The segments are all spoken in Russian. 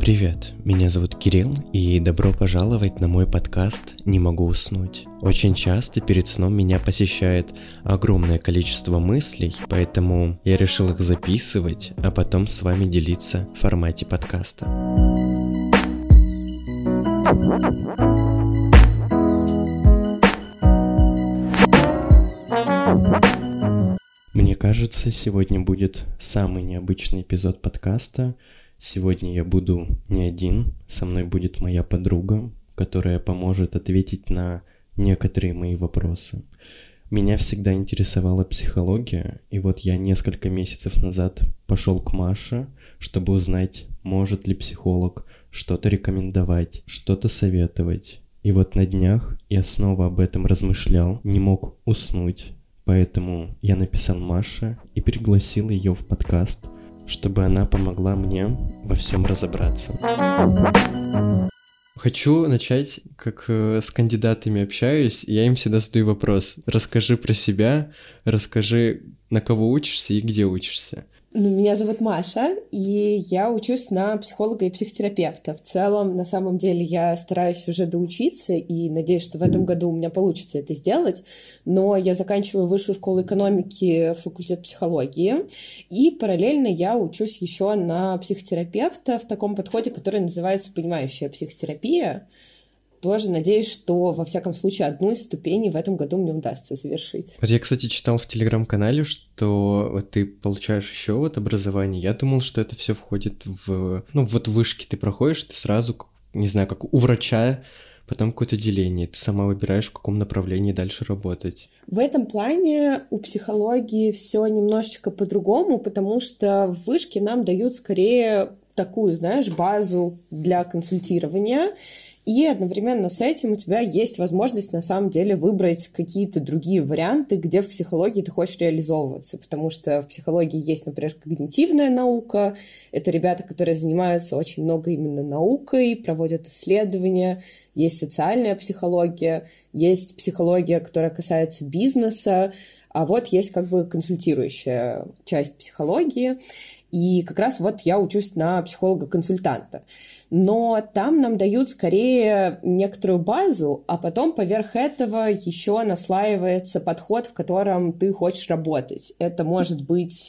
Привет, меня зовут Кирилл, и добро пожаловать на мой подкаст «Не могу уснуть». Очень часто перед сном меня посещает огромное количество мыслей, поэтому я решил их записывать, а потом с вами делиться в формате подкаста. Мне кажется, сегодня будет самый необычный эпизод подкаста. Сегодня я буду не один, со мной будет моя подруга, которая поможет ответить на некоторые мои вопросы. Меня всегда интересовала психология, и вот я несколько месяцев назад пошел к Маше, чтобы узнать, может ли психолог что-то рекомендовать, что-то советовать. И вот на днях я снова об этом размышлял, не мог уснуть, поэтому я написал Маше и пригласил ее в подкаст, чтобы она помогла мне во всем разобраться. Хочу начать, как с кандидатами общаюсь, я им всегда задаю вопрос. Расскажи про себя, расскажи, на кого учишься и где учишься. Меня зовут Маша, и я учусь на психолога и психотерапевта. В целом, на самом деле, я стараюсь уже доучиться, и надеюсь, что в этом году у меня получится это сделать. Но я заканчиваю высшую школу экономики, факультет психологии, и параллельно я учусь еще на психотерапевта в таком подходе, который называется понимающая психотерапия. Тоже надеюсь, что, во всяком случае, одну из ступеней в этом году мне удастся завершить. Вот я, кстати, читал в Телеграм-канале, что вот ты получаешь еще вот образование. Я думал, что это все входит в... вот вышки ты проходишь, ты сразу, не знаю, как у врача, потом какое-то деление. Ты сама выбираешь, в каком направлении дальше работать. В этом плане у психологии все немножечко по-другому, потому что в вышке нам дают скорее такую, знаешь, базу для консультирования. И одновременно с этим у тебя есть возможность на самом деле выбрать какие-то другие варианты, где в психологии ты хочешь реализовываться. Потому что в психологии есть, например, когнитивная наука. Это ребята, которые занимаются очень много именно наукой, проводят исследования. Есть социальная психология, есть психология, которая касается бизнеса. А вот есть как бы консультирующая часть психологии. И как раз вот я учусь на психолога-консультанта. Но там нам дают скорее некоторую базу, а потом поверх этого еще наслаивается подход, в котором ты хочешь работать. Это может быть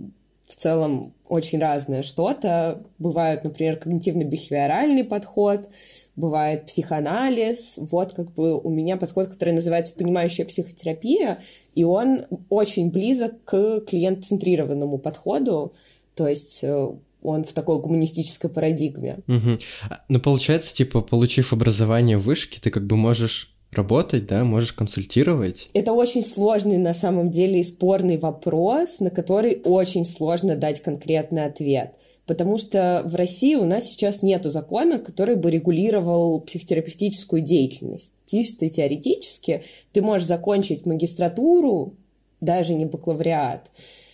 в целом очень разное что-то. Бывает, например, когнитивно-бихевиоральный подход, бывает психоанализ. Вот как бы у меня подход, который называется понимающая психотерапия, и он очень близок к клиент-центрированному подходу, то есть он в такой гуманистической парадигме. Угу. Ну, получается, типа, получив образование в вышке, ты как бы можешь работать, да, можешь консультировать. Это очень сложный, на самом деле, и спорный вопрос, на который очень сложно дать конкретный ответ. Потому что в России у нас сейчас нету закона, который бы регулировал психотерапевтическую деятельность. Чисто теоретически ты можешь закончить магистратуру, даже не бакалавриат,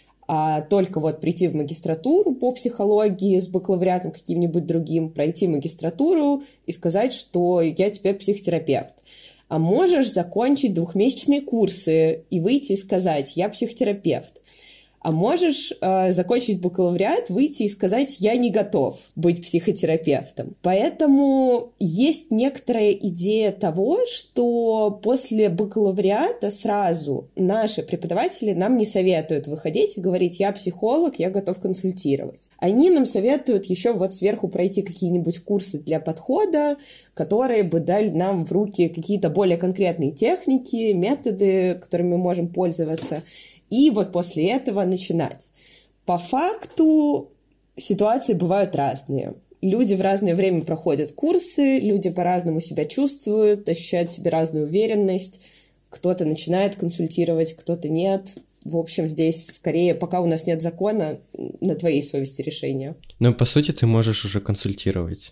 а только вот прийти в магистратуру по психологии с бакалавриатом каким-нибудь другим, пройти магистратуру и сказать, что я теперь психотерапевт. А можешь закончить 2-месячные курсы и выйти и сказать, я психотерапевт. А можешь закончить бакалавриат, выйти и сказать, я не готов быть психотерапевтом. Поэтому есть некоторая идея того, что после бакалавриата сразу наши преподаватели нам не советуют выходить и говорить, я психолог, я готов консультировать. Они нам советуют еще вот сверху пройти какие-нибудь курсы для подхода, которые бы дали нам в руки какие-то более конкретные техники, методы, которыми мы можем пользоваться. И вот после этого начинать. По факту ситуации бывают разные. Люди в разное время проходят курсы, люди по-разному себя чувствуют, ощущают в себе разную уверенность. Кто-то начинает консультировать, кто-то нет. В общем, здесь скорее, пока у нас нет закона, на твоей совести решение. Но по сути ты можешь уже консультировать.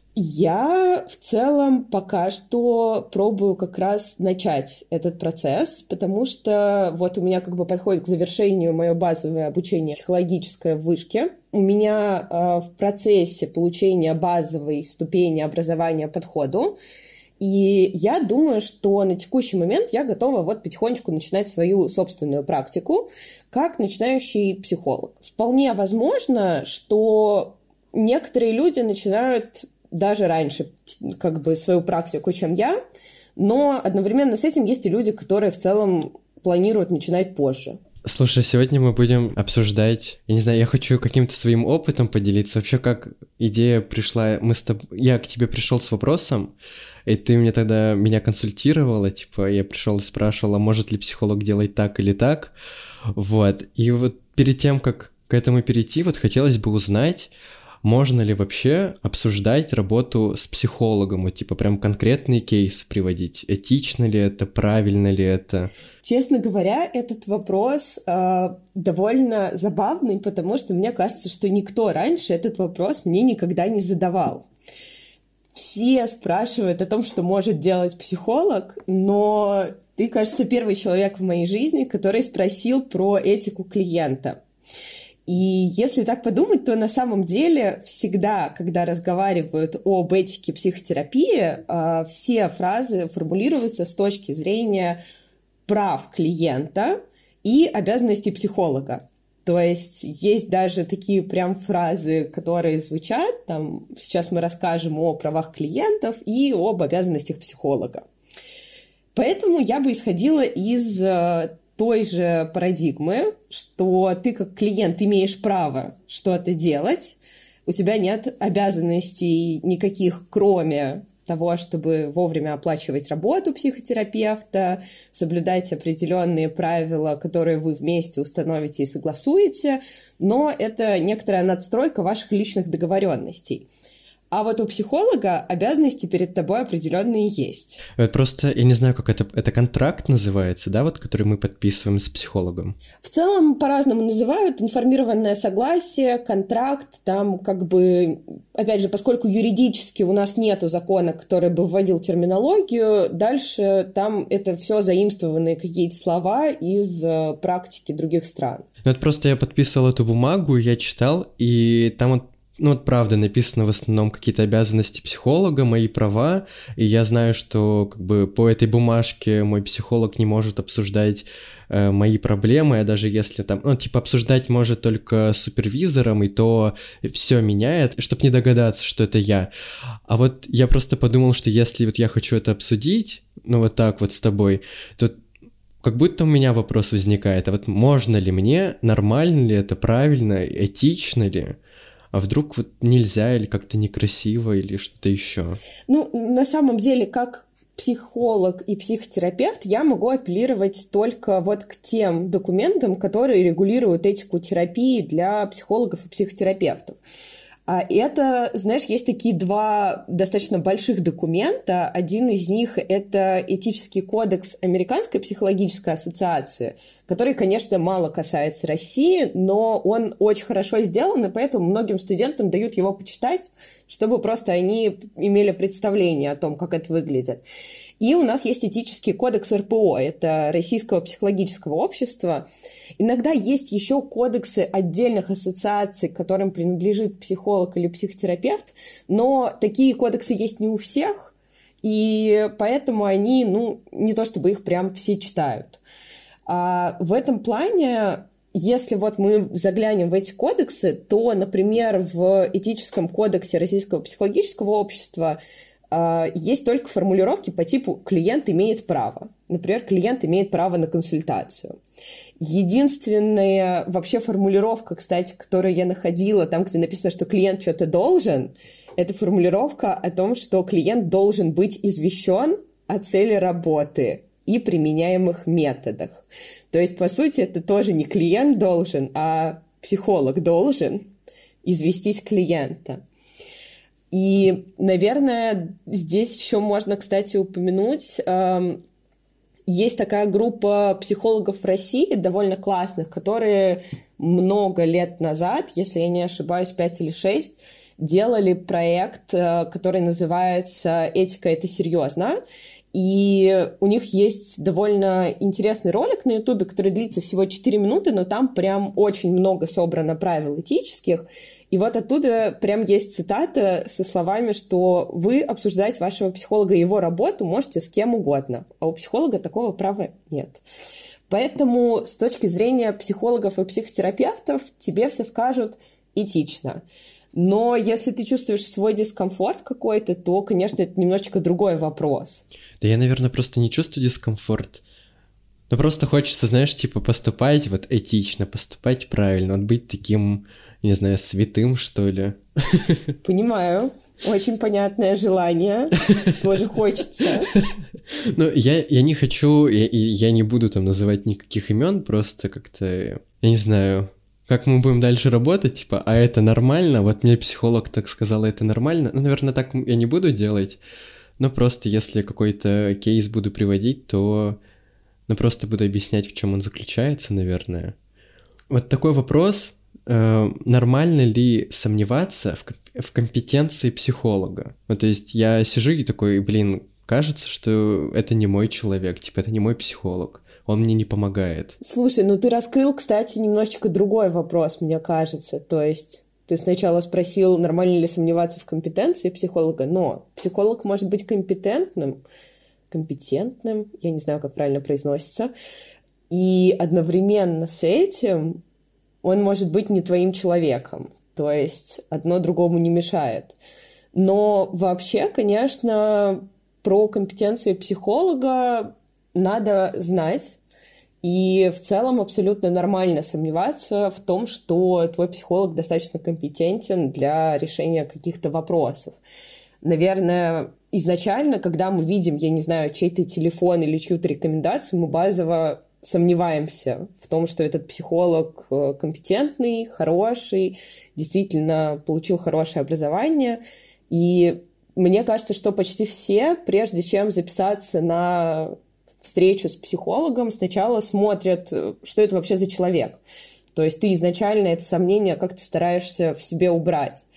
Я в целом пока что пробую как раз начать этот процесс, потому что вот у меня как бы подходит к завершению мое базовое обучение психологическое в вышке. У меня в процессе получения базовой ступени образования подходу. И я думаю, что на текущий момент я готова вот потихонечку начинать свою собственную практику как начинающий психолог. Вполне возможно, что некоторые люди начинают даже раньше как бы свою практику, чем я, но одновременно с этим есть и люди, которые в целом планируют начинать позже. Слушай, сегодня мы будем обсуждать, я не знаю, я хочу каким-то своим опытом поделиться. Вообще, как идея пришла, я к тебе пришел с вопросом, и ты мне тогда меня консультировала, типа, я пришел и спрашивал, а может ли психолог делать так или так, вот. И вот перед тем, как к этому перейти, вот хотелось бы узнать, можно ли вообще обсуждать работу с психологом, вот типа прям конкретный кейс приводить? Этично ли это, правильно ли это? Честно говоря, этот вопрос довольно забавный, потому что мне кажется, что никто раньше этот вопрос мне никогда не задавал. Все спрашивают о том, что может делать психолог, но ты, кажется, первый человек в моей жизни, который спросил про этику клиента. И если так подумать, то на самом деле всегда, когда разговаривают об этике психотерапии, все фразы формулируются с точки зрения прав клиента и обязанностей психолога. То есть есть даже такие прям фразы, которые звучат, там, сейчас мы расскажем о правах клиентов и об обязанностях психолога. Поэтому я бы исходила из той же парадигмы, что ты как клиент имеешь право что-то делать, у тебя нет обязанностей никаких, кроме того, чтобы вовремя оплачивать работу психотерапевта, соблюдать определенные правила, которые вы вместе установите и согласуете, но это некоторая надстройка ваших личных договоренностей. А вот у психолога обязанности перед тобой определенные есть. Это просто, я не знаю, как это контракт называется, да, вот, который мы подписываем с психологом? В целом по-разному называют. Информированное согласие, контракт, там как бы, опять же, поскольку юридически у нас нету закона, который бы вводил терминологию, дальше там это все заимствованные какие-то слова из практики других стран. Ну, это просто я подписывал эту бумагу, я читал, и там вот правда написано в основном какие-то обязанности психолога, мои права, и я знаю, что как бы по этой бумажке мой психолог не может обсуждать мои проблемы, а даже если там, обсуждать может только с супервизором, и то все меняет, чтобы не догадаться, что это я. А вот я просто подумал, что если вот я хочу это обсудить, вот так вот с тобой, то как будто у меня вопрос возникает, а вот можно ли мне, нормально ли это, правильно, этично ли? А вдруг вот нельзя или как-то некрасиво или что-то еще? На самом деле, как психолог и психотерапевт, я могу апеллировать только вот к тем документам, которые регулируют этику терапии для психологов и психотерапевтов. А это, знаешь, есть такие два достаточно больших документа. Один из них — это этический кодекс Американской психологической ассоциации, который, конечно, мало касается России, но он очень хорошо сделан, и поэтому многим студентам дают его почитать, чтобы просто они имели представление о том, как это выглядит. И у нас есть этический кодекс РПО, это Российского психологического общества. Иногда есть еще кодексы отдельных ассоциаций, к которым принадлежит психолог или психотерапевт, но такие кодексы есть не у всех, и поэтому они, не то чтобы их прям все читают. А в этом плане, если вот мы заглянем в эти кодексы, то, например, в этическом кодексе Российского психологического общества есть только формулировки по типу «клиент имеет право». Например, клиент имеет право на консультацию. Единственная вообще формулировка, кстати, которую я находила, там, где написано, что клиент что-то должен, это формулировка о том, что клиент должен быть извещен о цели работы и применяемых методах. То есть, по сути, это тоже не клиент должен, а психолог должен известить клиента. И, наверное, здесь еще можно, кстати, упомянуть, есть такая группа психологов в России, довольно классных, которые много лет назад, если я не ошибаюсь, 5 или 6, делали проект, который называется «Этика – это серьезно». И у них есть довольно интересный ролик на Ютубе, который длится всего 4 минуты, но там прям очень много собрано правил этических. И вот оттуда прям есть цитата со словами, что вы обсуждать вашего психолога и его работу можете с кем угодно, а у психолога такого права нет. Поэтому с точки зрения психологов и психотерапевтов тебе все скажут этично. Но если ты чувствуешь свой дискомфорт какой-то, то, конечно, это немножечко другой вопрос. Да я, наверное, просто не чувствую дискомфорт. Но просто хочется, знаешь, типа поступать вот этично, поступать правильно, вот быть таким, не знаю, святым, что ли. Понимаю. Очень понятное желание. Тоже хочется. Ну, я не хочу, я не буду там называть никаких имен, просто как-то, я не знаю, как мы будем дальше работать, типа, а это нормально? Вот мне психолог так сказал, это нормально? Ну, наверное, так я не буду делать, но просто если какой-то кейс буду приводить, то, ну, просто буду объяснять, в чем он заключается, наверное. Вот такой вопрос, нормально ли сомневаться в компетенции психолога? Вот, то есть я сижу и такой, блин, кажется, что это не мой человек, типа, это не мой психолог. Он мне не помогает. Слушай, ну ты раскрыл, кстати, немножечко другой вопрос, мне кажется. То есть ты сначала спросил, нормально ли сомневаться в компетенции психолога, но психолог может быть компетентным, я не знаю, как правильно произносится, и одновременно с этим он может быть не твоим человеком. То есть одно другому не мешает. Но вообще, конечно, про компетенции психолога надо знать, и в целом абсолютно нормально сомневаться в том, что твой психолог достаточно компетентен для решения каких-то вопросов. Наверное, изначально, когда мы видим, я не знаю, чей-то телефон или чью-то рекомендацию, мы базово сомневаемся в том, что этот психолог компетентный, хороший, действительно получил хорошее образование. И мне кажется, что почти все, прежде чем записаться на встречу с психологом, сначала смотрят, что это вообще за человек. То есть ты изначально это сомнение как-то стараешься в себе убрать.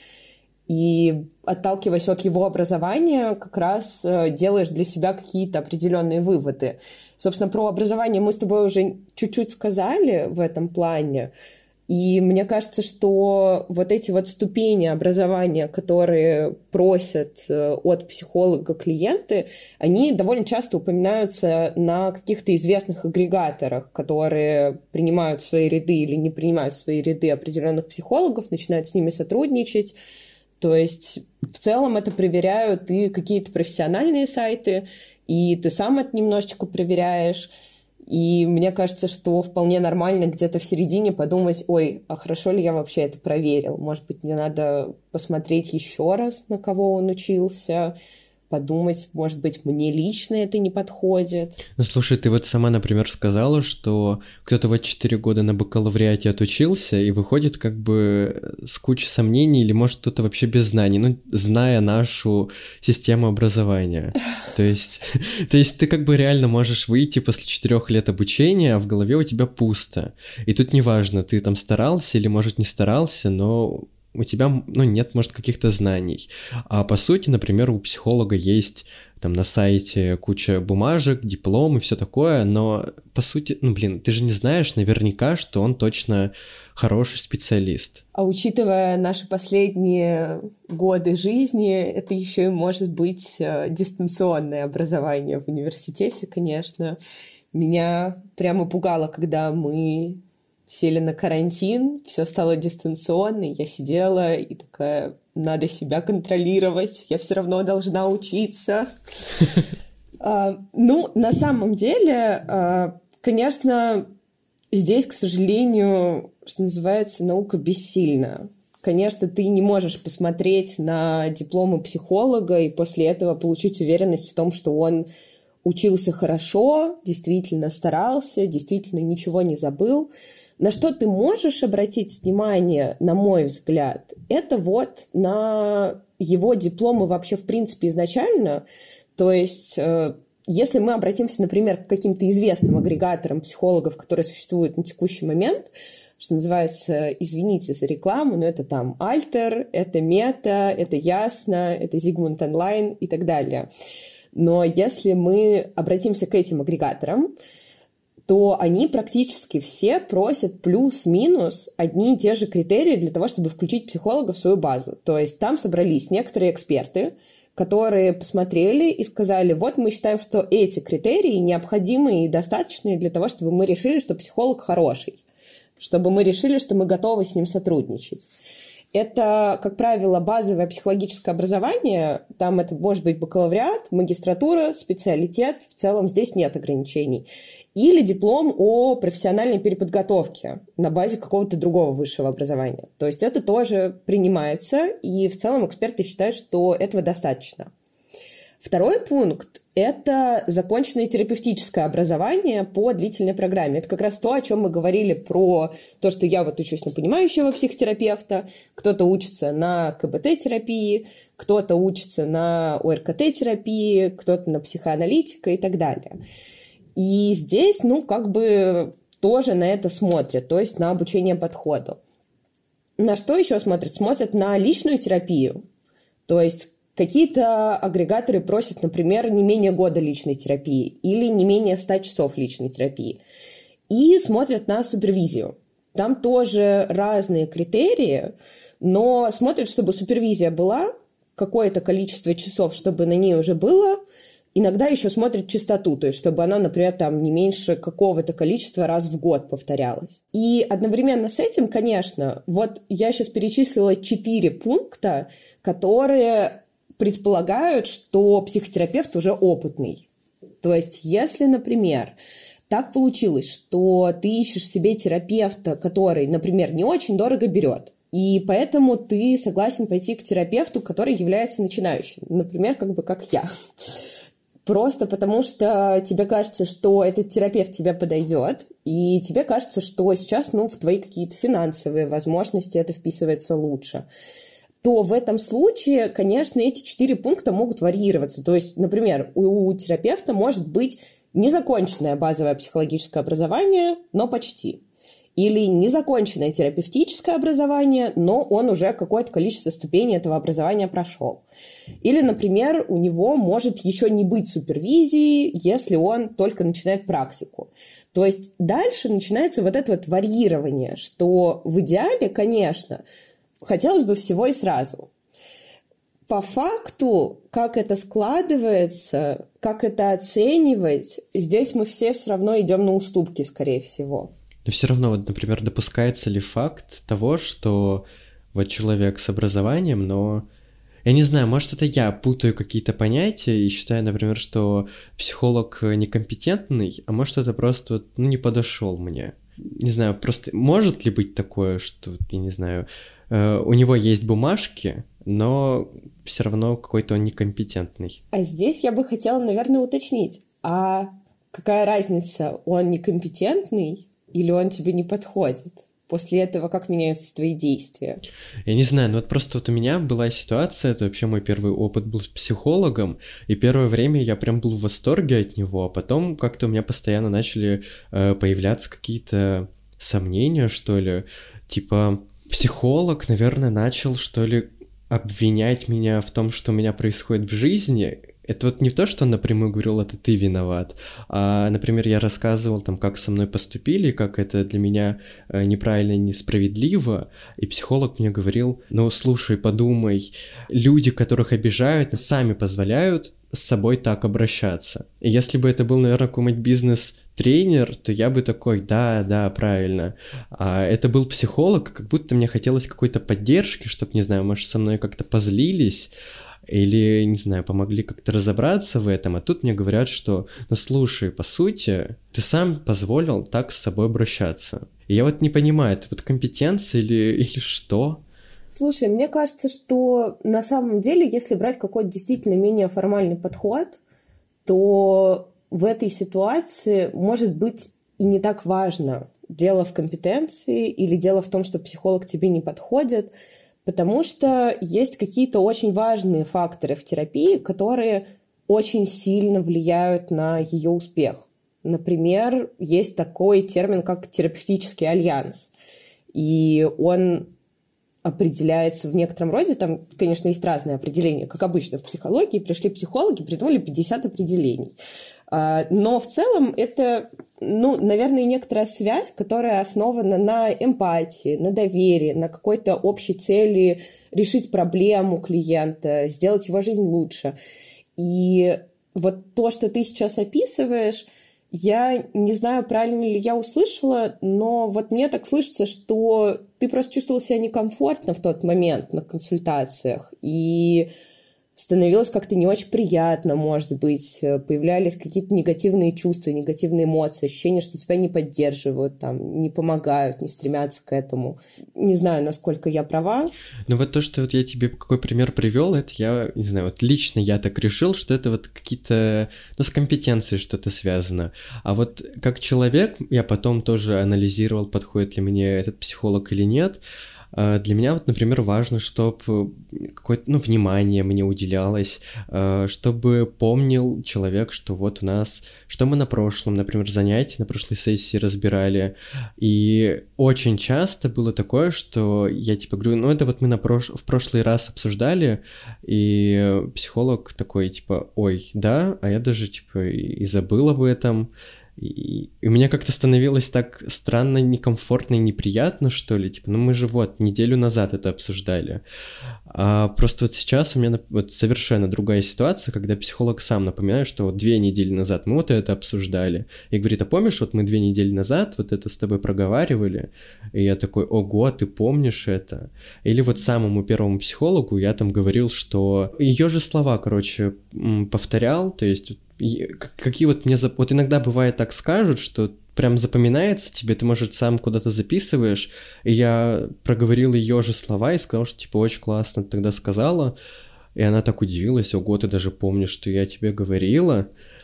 И, отталкиваясь от его образования, как раз делаешь для себя какие-то определенные выводы. Собственно, про образование мы с тобой уже чуть-чуть сказали в этом плане. И мне кажется, что вот эти вот ступени образования, которые просят от психолога клиенты, они довольно часто упоминаются на каких-то известных агрегаторах, которые принимают в свои ряды или не принимают в свои ряды определенных психологов, начинают с ними сотрудничать. То есть в целом это проверяют и какие-то профессиональные сайты, и ты сам это немножечко проверяешь. И мне кажется, что вполне нормально где-то в середине подумать, ой, а хорошо ли я вообще это проверил? Может быть, мне надо посмотреть еще раз, на кого он учился, подумать, может быть, мне лично это не подходит. Ну, слушай, ты вот сама, например, сказала, что кто-то вот 4 года на бакалавриате отучился и выходит как бы с кучей сомнений, или может кто-то вообще без знаний, ну, зная нашу систему образования. То есть ты как бы реально можешь выйти после 4 лет обучения, а в голове у тебя пусто. И тут неважно, ты там старался или, может, не старался, но у тебя, ну, нет, может, каких-то знаний. А по сути, например, у психолога есть там на сайте куча бумажек, диплом и все такое, но по сути, ну, блин, ты же не знаешь наверняка, что он точно хороший специалист. А учитывая наши последние годы жизни, это еще и может быть дистанционное образование в университете, конечно. Меня прямо пугало, когда мы сели на карантин, все стало дистанционно, я сидела и такая, надо себя контролировать, я все равно должна учиться. Ну, на самом деле, конечно, здесь, к сожалению, что называется, наука бессильна. Конечно, ты не можешь посмотреть на дипломы психолога и после этого получить уверенность в том, что он учился хорошо, действительно старался, действительно ничего не забыл. На что ты можешь обратить внимание, на мой взгляд, это вот на его дипломы вообще в принципе изначально. То есть, если мы обратимся, например, к каким-то известным агрегаторам психологов, которые существуют на текущий момент, что называется, извините за рекламу, но это там Альтер, это Мета, это Ясно, это Зигмунд Онлайн и так далее. Но если мы обратимся к этим агрегаторам, то они практически все просят плюс-минус одни и те же критерии для того, чтобы включить психолога в свою базу. То есть там собрались некоторые эксперты, которые посмотрели и сказали, вот мы считаем, что эти критерии необходимы и достаточные для того, чтобы мы решили, что психолог хороший, чтобы мы решили, что мы готовы с ним сотрудничать. Это, как правило, базовое психологическое образование. Там это может быть бакалавриат, магистратура, специалитет. В целом здесь нет ограничений. Или диплом о профессиональной переподготовке на базе какого-то другого высшего образования. То есть это тоже принимается, и в целом эксперты считают, что этого достаточно. Второй пункт – это законченное терапевтическое образование по длительной программе. Это как раз то, о чем мы говорили про то, что я вот учусь на понимающего психотерапевта, кто-то учится на КБТ-терапии, кто-то учится на ОРКТ-терапии, кто-то на психоаналитика и так далее. И здесь, тоже на это смотрят, то есть на обучение подходу. На что еще смотрят? Смотрят на личную терапию, то есть какие-то агрегаторы просят, например, не менее года личной терапии или не менее 100 часов личной терапии. И смотрят на супервизию. Там тоже разные критерии, но смотрят, чтобы супервизия была, какое-то количество часов, чтобы на ней уже было. Иногда еще смотрят частоту, то есть чтобы она, например, там не меньше какого-то количества раз в год повторялась. И одновременно с этим, конечно, вот я сейчас перечислила 4 пункта, которые предполагают, что психотерапевт уже опытный. То есть, если, например, так получилось, что ты ищешь себе терапевта, который, например, не очень дорого берет, и поэтому ты согласен пойти к терапевту, который является начинающим, например, как я. Просто потому, что тебе кажется, что этот терапевт тебе подойдет, и тебе кажется, что сейчас, в твои какие-то финансовые возможности это вписывается лучше, то в этом случае, конечно, эти 4 пункта могут варьироваться. То есть, например, у терапевта может быть незаконченное базовое психологическое образование, но почти. Или незаконченное терапевтическое образование, но он уже какое-то количество ступеней этого образования прошел. Или, например, у него может еще не быть супервизии, если он только начинает практику. То есть дальше начинается вот это вот варьирование, что в идеале, конечно, хотелось бы всего и сразу. По факту, как это складывается, как это оценивать, здесь мы все равно идем на уступки, скорее всего. Но все равно, вот, например, допускается ли факт того, что вот человек с образованием, но... Я не знаю, может, это я путаю какие-то понятия и считаю, например, что психолог некомпетентный, а может, это просто не подошел мне. Не знаю, просто может ли быть такое, что, я не знаю, у него есть бумажки, но все равно какой-то он некомпетентный. А здесь я бы хотела, наверное, уточнить, а какая разница, он некомпетентный или он тебе не подходит? После этого как меняются твои действия? Я не знаю, но просто у меня была ситуация, это вообще мой первый опыт был с психологом, и первое время я прям был в восторге от него, а потом как-то у меня постоянно начали появляться какие-то сомнения, что ли, типа психолог, наверное, начал, что ли, обвинять меня в том, что у меня происходит в жизни. Это вот не то, что он напрямую говорил, это ты виноват, а, например, я рассказывал там, как со мной поступили, как это для меня неправильно и несправедливо, и психолог мне говорил, слушай, подумай, люди, которых обижают, сами позволяют с собой так обращаться. И если бы это был, наверное, какой-нибудь бизнес-тренер, то я бы такой, да, правильно. А это был психолог, как будто мне хотелось какой-то поддержки, чтобы, не знаю, может, со мной как-то позлились, или, не знаю, помогли как-то разобраться в этом, а тут мне говорят, что, слушай, по сути, ты сам позволил так с собой обращаться. И я вот не понимаю, это вот компетенция или что? Слушай, мне кажется, что на самом деле, если брать какой-то действительно менее формальный подход, то в этой ситуации может быть и не так важно, дело в компетенции или дело в том, что психолог тебе не подходит, потому что есть какие-то очень важные факторы в терапии, которые очень сильно влияют на ее успех. Например, есть такой термин, как терапевтический альянс. И он определяется в некотором роде, там, конечно, есть разные определения, как обычно в психологии, пришли психологи, придумали 50 определений. Но в целом это, наверное, некоторая связь, которая основана на эмпатии, на доверии, на какой-то общей цели решить проблему клиента, сделать его жизнь лучше. И вот то, что ты сейчас описываешь, Я не знаю, правильно ли я услышала, но вот мне так слышится, что ты просто чувствовал себя некомфортно в тот момент на консультациях, и становилось как-то не очень приятно, может быть, появлялись какие-то негативные чувства, негативные эмоции, ощущение, что тебя не поддерживают, там, не помогают, не стремятся к этому. Не знаю, насколько я права. Ну вот то, что вот я тебе какой пример привел, это я, не знаю, вот лично я так решил, что это вот какие-то, ну, с компетенцией что-то связано. А вот как человек, я потом тоже анализировал, подходит ли мне этот психолог или нет. Для меня вот, например, важно, чтобы какое-то, ну, внимание мне уделялось, чтобы помнил человек, что вот у нас, что мы на прошлом, например, занятии, на прошлой сессии разбирали, и очень часто было такое, что я типа говорю, ну, это вот мы в прошлый раз обсуждали, и психолог такой, типа, ой, да, а я даже, типа, и забыл об этом. И мне как-то становилось так странно, некомфортно и неприятно, что ли, типа, ну мы же вот неделю назад это обсуждали. А просто вот сейчас у меня вот совершенно другая ситуация, когда психолог сам напоминает, что вот 2 недели назад мы вот это обсуждали. И говорит, а помнишь, вот мы 2 недели назад вот это с тобой проговаривали? И я такой, ого, ты помнишь это? Или вот самому первому психологу я там говорил, что ее же слова, короче, повторял, то есть какие вот мне... Вот иногда бывает так скажут, что прям запоминается тебе, ты, может, сам куда-то записываешь, и я проговорил ее же слова и сказал, что, типа, очень классно ты тогда сказала, и она так удивилась, ого, ты даже помнишь, что я тебе говорила,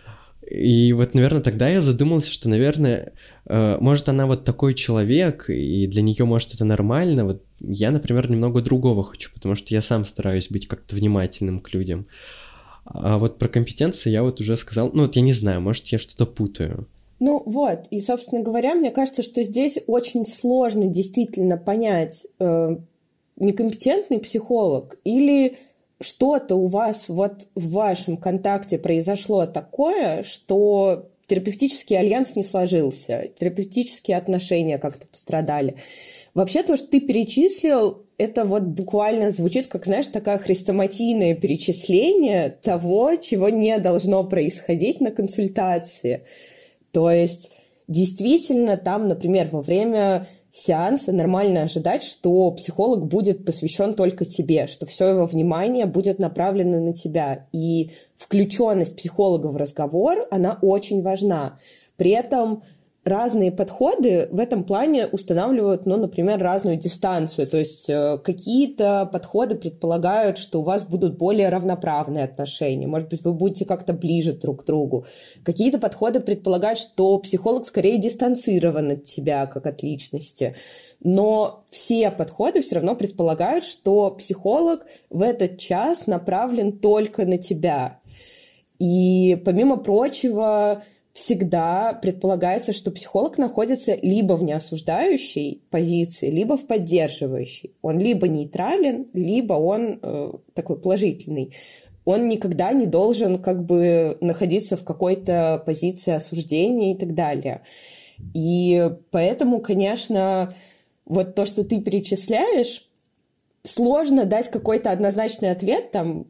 и вот, наверное, тогда я задумался, что, наверное, может, она вот такой человек, и для нее, может, это нормально, вот я, например, немного другого хочу, потому что я сам стараюсь быть как-то внимательным к людям. А вот про компетенции я вот уже сказал, ну вот я не знаю, может, я что-то путаю. Ну вот, и, собственно говоря, мне кажется, что здесь очень сложно действительно понять, некомпетентный психолог или что-то у вас вот в вашем контакте произошло такое, что терапевтический альянс не сложился, терапевтические отношения как-то пострадали. Вообще то, что ты перечислил, это вот буквально звучит, как, знаешь, такое хрестоматийное перечисление того, чего не должно происходить на консультации. То есть действительно там, например, во время сеанса нормально ожидать, что психолог будет посвящен только тебе, что все его внимание будет направлено на тебя. И включенность психолога в разговор, она очень важна. При этом разные подходы в этом плане устанавливают, ну, например, разную дистанцию. То есть какие-то подходы предполагают, что у вас будут более равноправные отношения. Может быть, вы будете как-то ближе друг к другу. Какие-то подходы предполагают, что психолог скорее дистанцирован от тебя, как от личности. Но все подходы все равно предполагают, что психолог в этот час направлен только на тебя. И, помимо прочего, всегда предполагается, что психолог находится либо в неосуждающей позиции, либо в поддерживающей. Он либо нейтрален, либо он такой положительный. Он никогда не должен как бы находиться в какой-то позиции осуждения и так далее. И поэтому, конечно, вот то, что ты перечисляешь, сложно дать какой-то однозначный ответ, там,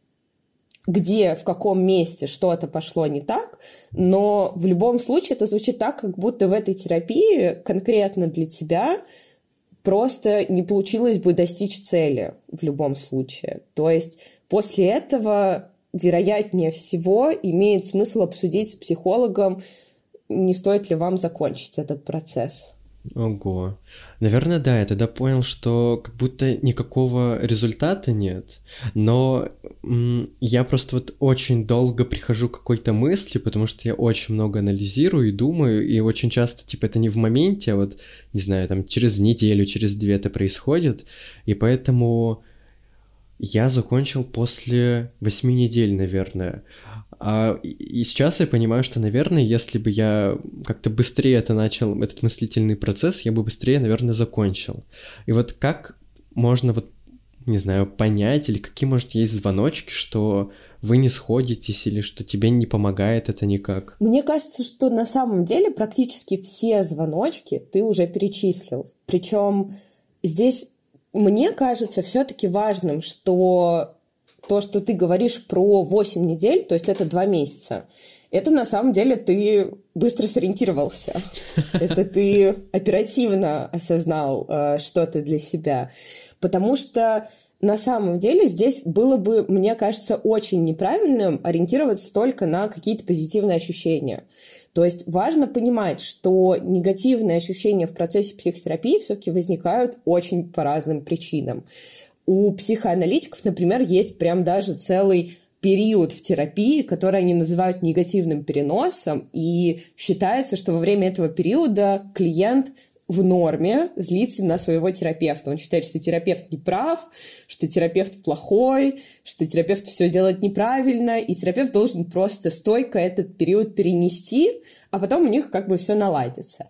где, в каком месте что-то пошло не так, но в любом случае это звучит так, как будто в этой терапии конкретно для тебя просто не получилось бы достичь цели в любом случае. То есть после этого, вероятнее всего, имеет смысл обсудить с психологом, не стоит ли вам закончить этот процесс. Ого. Наверное, да, я тогда понял, что как будто никакого результата нет, но я просто вот очень долго прихожу к какой-то мысли, потому что я очень много анализирую и думаю, и очень часто, типа, это не в моменте, а вот, не знаю, там, через неделю, через 2 это происходит, и поэтому я закончил после 8 недель, наверное. И сейчас я понимаю, что, наверное, если бы я как-то быстрее это начал, этот мыслительный процесс, я бы быстрее, наверное, закончил. И вот как можно, вот, не знаю, понять, или какие, может, есть звоночки, что вы не сходитесь, или что тебе не помогает это никак? Мне кажется, что на самом деле практически все звоночки ты уже перечислил. Причем здесь, мне кажется, все-таки важным, что то, что ты говоришь про 8 недель, то есть это 2 месяца, Это на самом деле ты быстро сориентировался. Это ты оперативно осознал что-то для себя. Потому что на самом деле здесь было бы, мне кажется, очень неправильным ориентироваться только на какие-то позитивные ощущения. То есть важно понимать, что негативные ощущения в процессе психотерапии все-таки возникают очень по разным причинам. У психоаналитиков, например, есть прям даже целый период в терапии, который они называют негативным переносом, и считается, что во время этого периода клиент в норме злится на своего терапевта. Он считает, что терапевт не прав, что терапевт плохой, что терапевт все делает неправильно, и терапевт должен просто стойко этот период перенести, а потом у них как бы все наладится.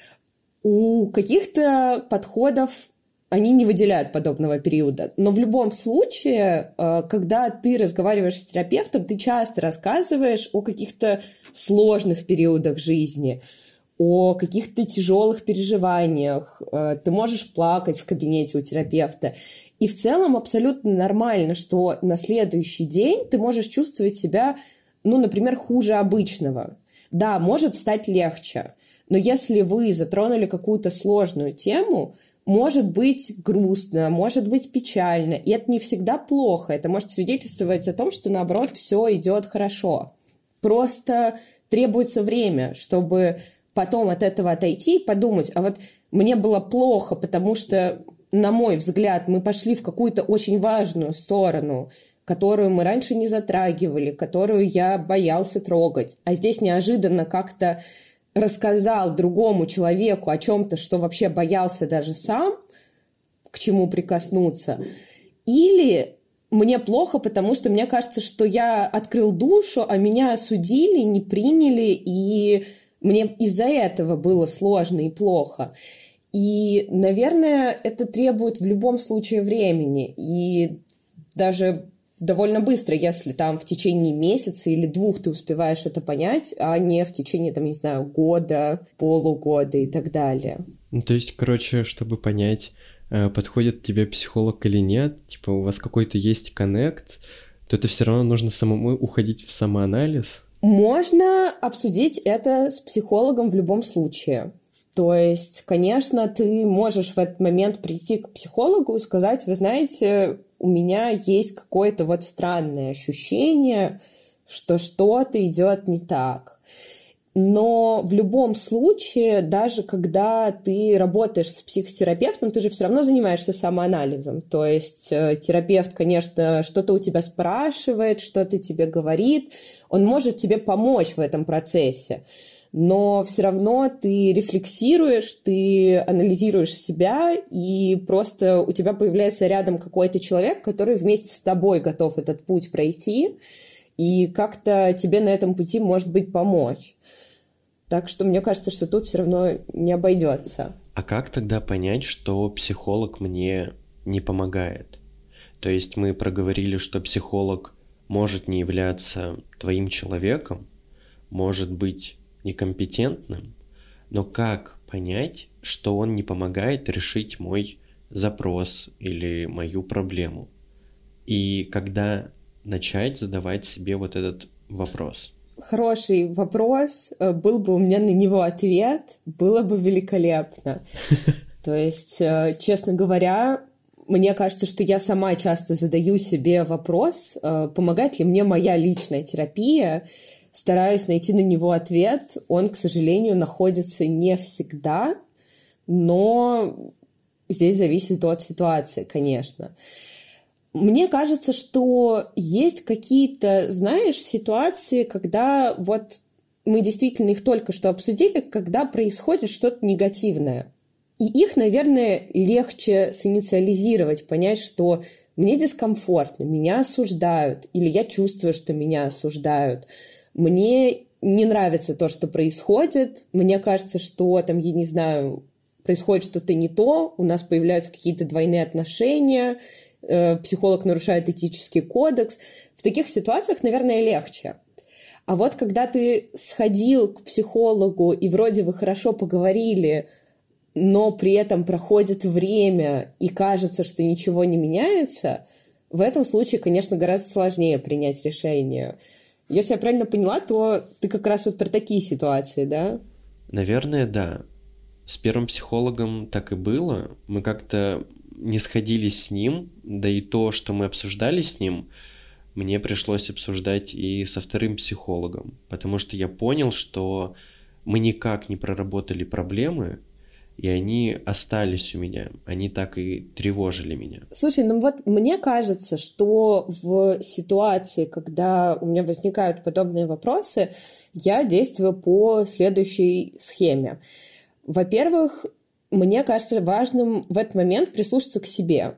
У каких-то подходов они не выделяют подобного периода. Но в любом случае, когда ты разговариваешь с терапевтом, ты часто рассказываешь о каких-то сложных периодах жизни, о каких-то тяжелых переживаниях. Ты можешь плакать в кабинете у терапевта. И в целом абсолютно нормально, что на следующий день ты можешь чувствовать себя, например, хуже обычного. Да, может стать легче. Но если вы затронули какую-то сложную тему, может быть грустно, может быть печально, и это не всегда плохо. Это может свидетельствовать о том, что, наоборот, все идет хорошо. Просто требуется время, чтобы потом от этого отойти и подумать, а вот мне было плохо, потому что, на мой взгляд, мы пошли в какую-то очень важную сторону, которую мы раньше не затрагивали, которую я боялся трогать. А здесь неожиданно как-то рассказал другому человеку о чем-то, что вообще боялся даже сам, к чему прикоснуться. Или мне плохо, потому что мне кажется, что я открыл душу, а меня осудили, не приняли, и мне из-за этого было сложно и плохо. И, наверное, это требует в любом случае времени. И даже довольно быстро, если там в течение месяца или 2 ты успеваешь это понять, а не в течение, там, не знаю, года, полугода и так далее. То есть, короче, чтобы понять, подходит тебе психолог или нет, типа у вас какой-то есть коннект, то это все равно нужно самому уходить в самоанализ? Можно обсудить это с психологом в любом случае. То есть, конечно, ты можешь в этот момент прийти к психологу и сказать, вы знаете, у меня есть какое-то вот странное ощущение, что что-то идет не так. Но в любом случае, даже когда ты работаешь с психотерапевтом, ты же все равно занимаешься самоанализом. То есть терапевт, конечно, что-то у тебя спрашивает, что-то тебе говорит, он может тебе помочь в этом процессе. Но все равно ты рефлексируешь, ты анализируешь себя, и просто у тебя появляется рядом какой-то человек, который вместе с тобой готов этот путь пройти, и как-то тебе на этом пути, может быть, помочь. Так что мне кажется, что тут все равно не обойдется. А как тогда понять, что психолог мне не помогает? То есть мы проговорили, что психолог может не являться твоим человеком, может быть некомпетентным, но как понять, что он не помогает решить мой запрос или мою проблему? И когда начать задавать себе вот этот вопрос? Хороший вопрос. Был бы у меня на него ответ, было бы великолепно. То есть, честно говоря, мне кажется, что я сама часто задаю себе вопрос, помогает ли мне моя личная терапия, стараюсь найти на него ответ. Он, к сожалению, находится не всегда, но здесь зависит от ситуации, конечно. Мне кажется, что есть какие-то, знаешь, ситуации, когда вот мы действительно их только что обсудили, когда происходит что-то негативное. И их, наверное, легче синициализировать, понять, что мне дискомфортно, меня осуждают, или я чувствую, что меня осуждают. Мне не нравится то, что происходит. Мне кажется, что там, я не знаю, происходит что-то не то, у нас появляются какие-то двойные отношения, психолог нарушает этический кодекс. В таких ситуациях, наверное, легче. А вот когда ты сходил к психологу и вроде вы хорошо поговорили, но при этом проходит время и кажется, что ничего не меняется, в этом случае, конечно, гораздо сложнее принять решение. Если я правильно поняла, то ты как раз вот про такие ситуации, да? Наверное, да. С первым психологом так и было. Мы как-то не сходились с ним, да и то, что мы обсуждали с ним, мне пришлось обсуждать и со вторым психологом, потому что я понял, что мы никак не проработали проблемы, и они остались у меня, они так и тревожили меня. Слушай, ну вот мне кажется, что в ситуации, когда у меня возникают подобные вопросы, я действую по следующей схеме. Во-первых, мне кажется важным в этот момент прислушаться к себе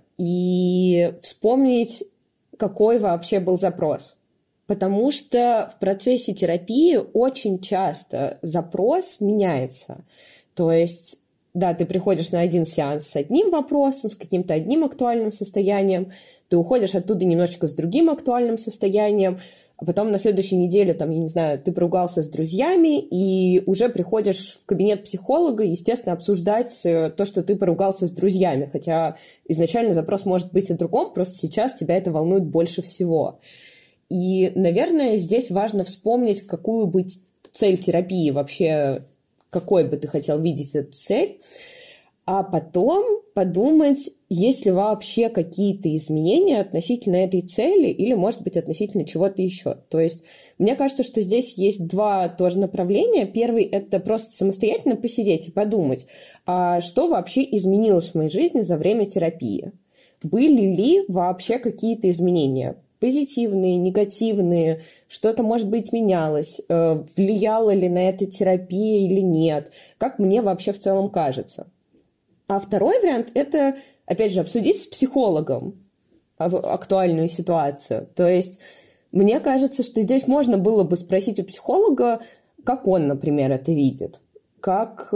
и вспомнить, какой вообще был запрос. Потому что в процессе терапии очень часто запрос меняется. То есть, да, ты приходишь на один сеанс с одним вопросом, с каким-то одним актуальным состоянием, ты уходишь оттуда немножечко с другим актуальным состоянием, а потом на следующей неделе, там, я не знаю, ты поругался с друзьями и уже приходишь в кабинет психолога, естественно, обсуждать то, что ты поругался с друзьями, хотя изначально запрос может быть о другом, просто сейчас тебя это волнует больше всего. И, наверное, здесь важно вспомнить, какую быть цель терапии вообще, какой бы ты хотел видеть эту цель, а потом подумать, есть ли вообще какие-то изменения относительно этой цели или, может быть, относительно чего-то еще. То есть мне кажется, что здесь есть два тоже направления. Первый – это просто самостоятельно посидеть и подумать, а что вообще изменилось в моей жизни за время терапии. Были ли вообще какие-то изменения? Позитивные, негативные, что-то, может быть, менялось, влияла ли на это терапия или нет, как мне вообще в целом кажется. А второй вариант – это, опять же, обсудить с психологом актуальную ситуацию. То есть мне кажется, что здесь можно было бы спросить у психолога, как он, например, это видит, как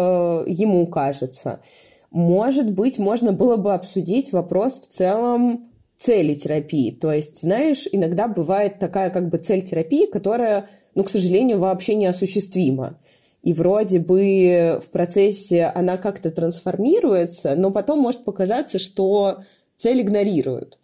ему кажется. Может быть, можно было бы обсудить вопрос в целом цели терапии. То есть, знаешь, иногда бывает такая как бы цель терапии, которая, к сожалению, вообще неосуществима. И вроде бы в процессе она как-то трансформируется, но потом может показаться, что цель игнорируют.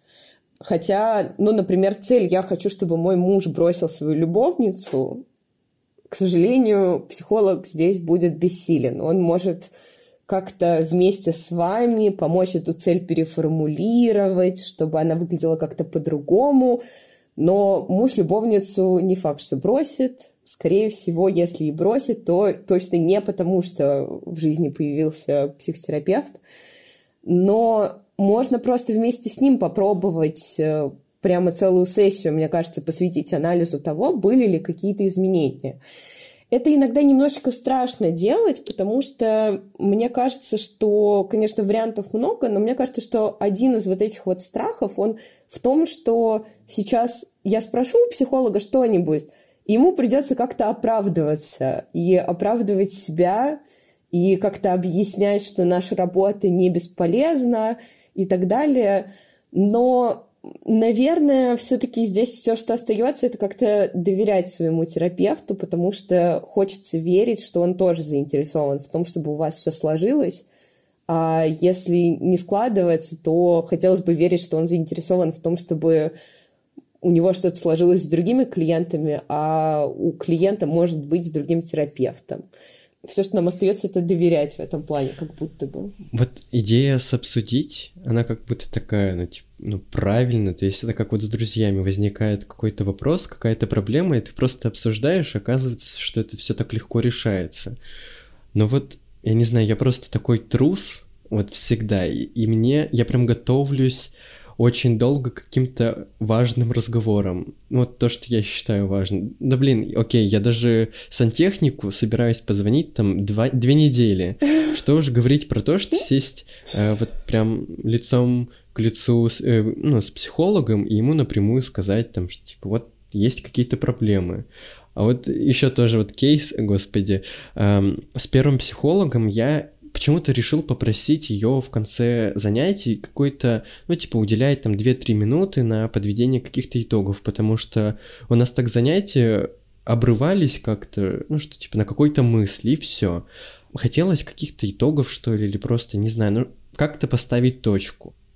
Хотя, например, цель «я хочу, чтобы мой муж бросил свою любовницу», к сожалению, психолог здесь будет бессилен. Он может как-то вместе с вами помочь эту цель переформулировать, чтобы она выглядела как-то по-другому. Но муж любовницу не факт, что бросит. Скорее всего, если и бросит, то точно не потому, что в жизни появился психотерапевт. Но можно просто вместе с ним попробовать прямо целую сессию, мне кажется, посвятить анализу того, были ли какие-то изменения. Это иногда немножечко страшно делать, потому что мне кажется, что, конечно, вариантов много, но мне кажется, что один из вот этих вот страхов, он в том, что сейчас я спрошу у психолога что-нибудь, и ему придется как-то оправдываться, и оправдывать себя, и как-то объяснять, что наша работа не бесполезна и так далее. Но наверное, все-таки здесь все, что остается, это как-то доверять своему терапевту, потому что хочется верить, что он тоже заинтересован в том, чтобы у вас все сложилось. А если не складывается, то хотелось бы верить, что он заинтересован в том, чтобы у него что-то сложилось с другими клиентами, а у клиента может быть с другим терапевтом. Все, что нам остается, это доверять в этом плане, как будто бы. Вот идея обсудить, она как будто такая, правильно, то есть это как вот с друзьями возникает какой-то вопрос, какая-то проблема, и ты просто обсуждаешь, оказывается, что это все так легко решается. Но вот, я не знаю, я просто такой трус, вот всегда, и я прям готовлюсь очень долго к каким-то важным разговорам. Вот то, что я считаю важным. Да блин, окей, я даже сантехнику собираюсь позвонить там 2 недели. Что уж говорить про то, что сесть вот прям лицом к лицу с психологом и ему напрямую сказать там, что типа вот есть какие-то проблемы. А вот еще тоже вот кейс, господи, с первым психологом я почему-то решил попросить ее в конце занятий какой-то, уделять там 2-3 минуты на подведение каких-то итогов, потому что у нас так занятия обрывались как-то, на какой-то мысли, и все. Хотелось каких-то итогов, что ли, или просто, не знаю, как-то поставить точку.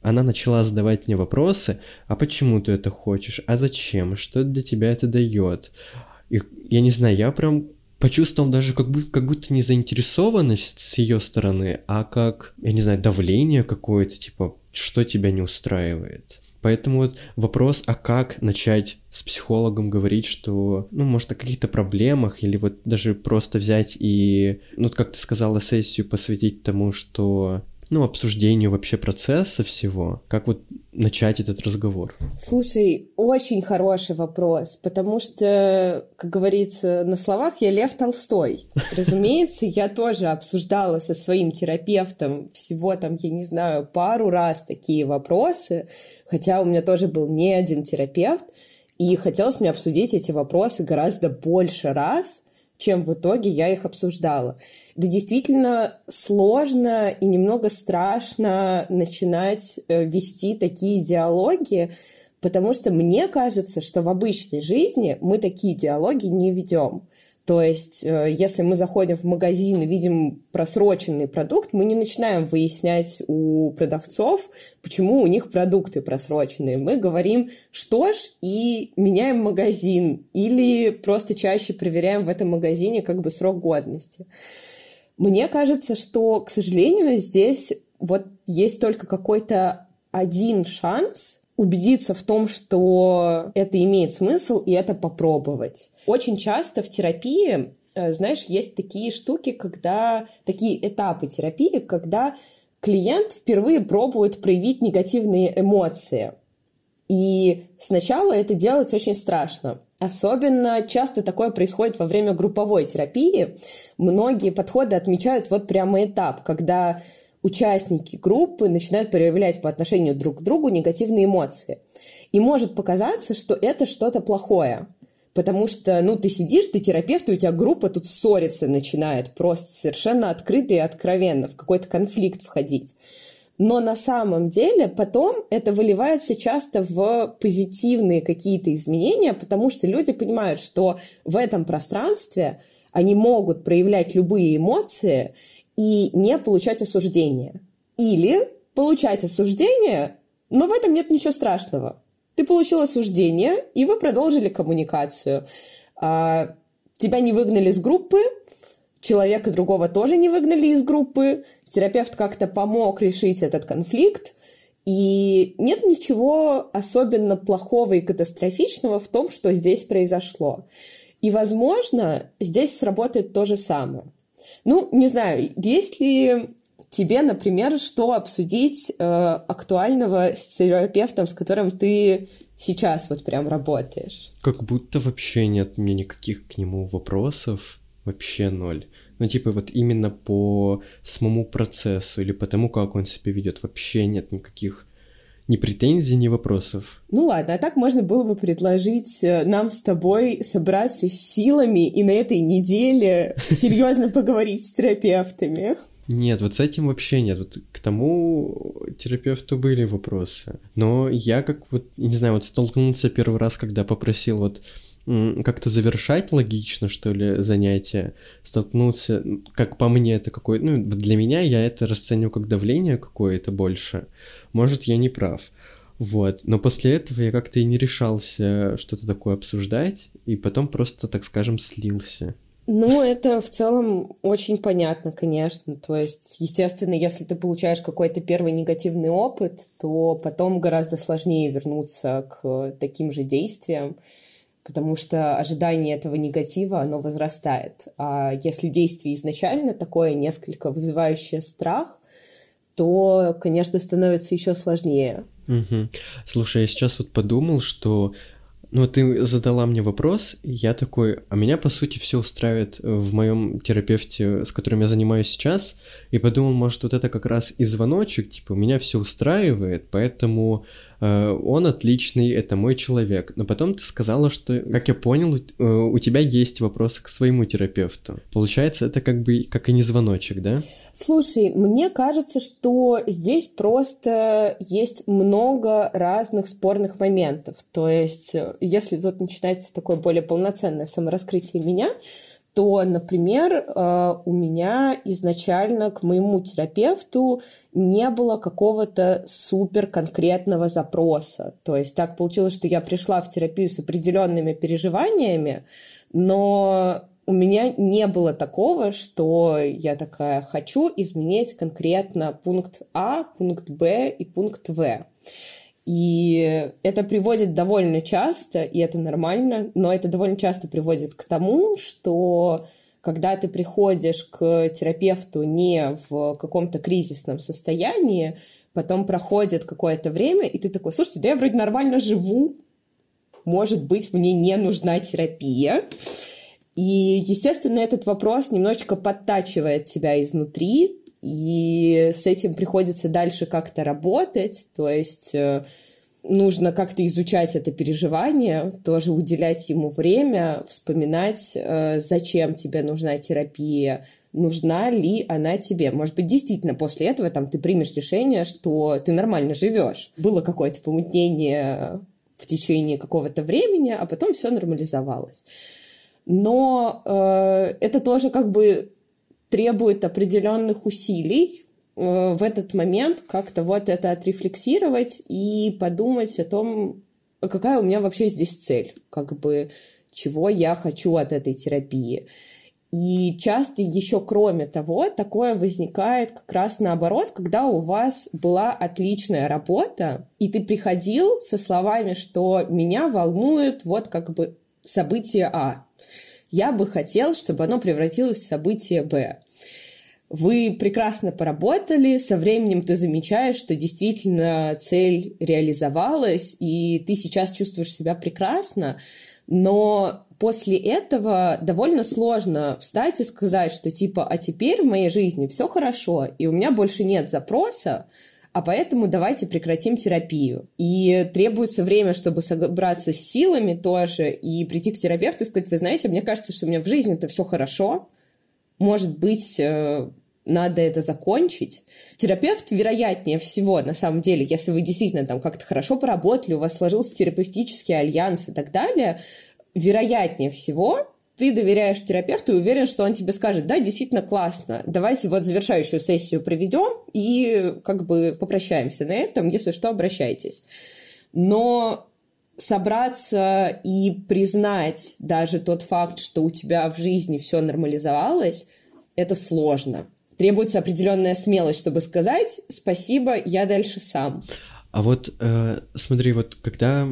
она начала задавать мне вопросы, а почему ты это хочешь, а зачем, что для тебя это дает. И, я не знаю, я прям почувствовал даже как будто не заинтересованность с ее стороны, а как, я не знаю, давление какое-то, типа, что тебя не устраивает. Поэтому вот вопрос, а как начать с психологом говорить, что, ну, может, о каких-то проблемах, или вот даже просто взять и, ну, как ты сказала, сессию посвятить тому, что, ну, обсуждению вообще процесса всего, как вот начать этот разговор? Слушай, очень хороший вопрос, потому что, как говорится, на словах я Лев Толстой. Разумеется, я тоже обсуждала со своим терапевтом всего там, я не знаю, пару раз такие вопросы, хотя у меня тоже был не один терапевт, и хотелось мне обсудить эти вопросы гораздо больше раз, чем в итоге я их обсуждала. Да, действительно сложно и немного страшно начинать вести такие диалоги, потому что мне кажется, что в обычной жизни мы такие диалоги не ведем. То есть, если мы заходим в магазин и видим просроченный продукт, мы не начинаем выяснять у продавцов, почему у них продукты просроченные. Мы говорим, что ж, и меняем магазин, или просто чаще проверяем в этом магазине как бы срок годности. Мне кажется, что, к сожалению, здесь вот есть только какой-то один шанс убедиться в том, что это имеет смысл, и это попробовать. Очень часто в терапии, знаешь, есть такие штуки, такие этапы терапии, когда клиент впервые пробует проявить негативные эмоции. И сначала это делать очень страшно. Особенно часто такое происходит во время групповой терапии. Многие подходы отмечают вот прямо этап, когда участники группы начинают проявлять по отношению друг к другу негативные эмоции. И может показаться, что это что-то плохое. Потому что, ты сидишь, ты терапевт, и у тебя группа тут ссориться начинает, просто совершенно открыто и откровенно, в какой-то конфликт входить. Но на самом деле потом это выливается часто в позитивные какие-то изменения, потому что люди понимают, что в этом пространстве они могут проявлять любые эмоции и не получать осуждения. Или получать осуждение, но в этом нет ничего страшного. Ты получил осуждение, и вы продолжили коммуникацию. Тебя не выгнали с группы, человека другого тоже не выгнали из группы, терапевт как-то помог решить этот конфликт, и нет ничего особенно плохого и катастрофичного в том, что здесь произошло. И, возможно, здесь сработает то же самое. Не знаю, есть ли тебе, например, что обсудить актуального с терапевтом, с которым ты сейчас вот прям работаешь? Как будто вообще нет у меня никаких к нему вопросов, вообще ноль. Вот именно по самому процессу или по тому, как он себя ведет, вообще нет никаких ни претензий, ни вопросов. Ладно, а так можно было бы предложить нам с тобой собраться с силами и на этой неделе серьезно поговорить с терапевтами. Нет, вот с этим вообще нет. Вот к тому терапевту были вопросы. Но я не знаю, столкнулся первый раз, когда попросил как-то завершать логично, что ли, занятие, столкнулся, как по мне, это для меня я это расцениваю как давление какое-то больше. Может, я не прав. Но после этого я как-то и не решался что-то такое обсуждать, и потом просто, так скажем, слился. Это в целом очень понятно, конечно. То есть, естественно, если ты получаешь какой-то первый негативный опыт, то потом гораздо сложнее вернуться к таким же действиям, потому что ожидание этого негатива, оно возрастает. А если действие изначально такое несколько вызывающее страх, то, конечно, становится еще сложнее. Угу. Слушай, я сейчас подумал, что ты задала мне вопрос, и я такой, а меня, по сути, все устраивает в моем терапевте, с которым я занимаюсь сейчас, и подумал, может, это как раз и звоночек, меня все устраивает, поэтому он отличный, это мой человек. Но потом ты сказала, что, как я понял, у тебя есть вопросы к своему терапевту. Получается, это как и не звоночек, да? Слушай, мне кажется, что здесь просто есть много разных спорных моментов. То есть, если тут начинается такое более полноценное самораскрытие меня, то, например, у меня изначально к моему терапевту не было какого-то супер конкретного запроса. То есть так получилось, что я пришла в терапию с определенными переживаниями, но у меня не было такого, что я такая хочу изменить конкретно пункт А, пункт Б и пункт В. И это приводит довольно часто, и это нормально, но это довольно часто приводит к тому, что когда ты приходишь к терапевту не в каком-то кризисном состоянии, потом проходит какое-то время, и ты такой: слушайте, да я вроде нормально живу, может быть, мне не нужна терапия. И, естественно, этот вопрос немножечко подтачивает тебя изнутри, и с этим приходится дальше как-то работать, то есть нужно как-то изучать это переживание, тоже уделять ему время, вспоминать, зачем тебе нужна терапия, нужна ли она тебе. Может быть, действительно после этого ты примешь решение, что ты нормально живешь. Было какое-то помутнение в течение какого-то времени, а потом все нормализовалось. Но это тоже требует определенных усилий в этот момент как-то это отрефлексировать и подумать о том, какая у меня вообще здесь цель, чего я хочу от этой терапии. И часто еще, кроме того, такое возникает как раз наоборот, когда у вас была отличная работа, и ты приходил со словами, что меня волнует событие А. Я бы хотел, чтобы оно превратилось в событие Б. Вы прекрасно поработали, со временем ты замечаешь, что действительно цель реализовалась, и ты сейчас чувствуешь себя прекрасно, но после этого довольно сложно встать и сказать, что а теперь в моей жизни все хорошо, и у меня больше нет запроса, а поэтому давайте прекратим терапию. И требуется время, чтобы собраться с силами тоже и прийти к терапевту и сказать: вы знаете, мне кажется, что у меня в жизни-то все хорошо, может быть, надо это закончить. Терапевт, вероятнее всего, на самом деле, если вы действительно как-то хорошо поработали, у вас сложился терапевтический альянс и так далее, вероятнее всего ты доверяешь терапевту и уверен, что он тебе скажет: да, действительно классно, давайте завершающую сессию проведем и попрощаемся на этом, если что, обращайтесь. Но собраться и признать даже тот факт, что у тебя в жизни все нормализовалось, это сложно. Требуется определенная смелость, чтобы сказать: спасибо, я дальше сам. А смотри, когда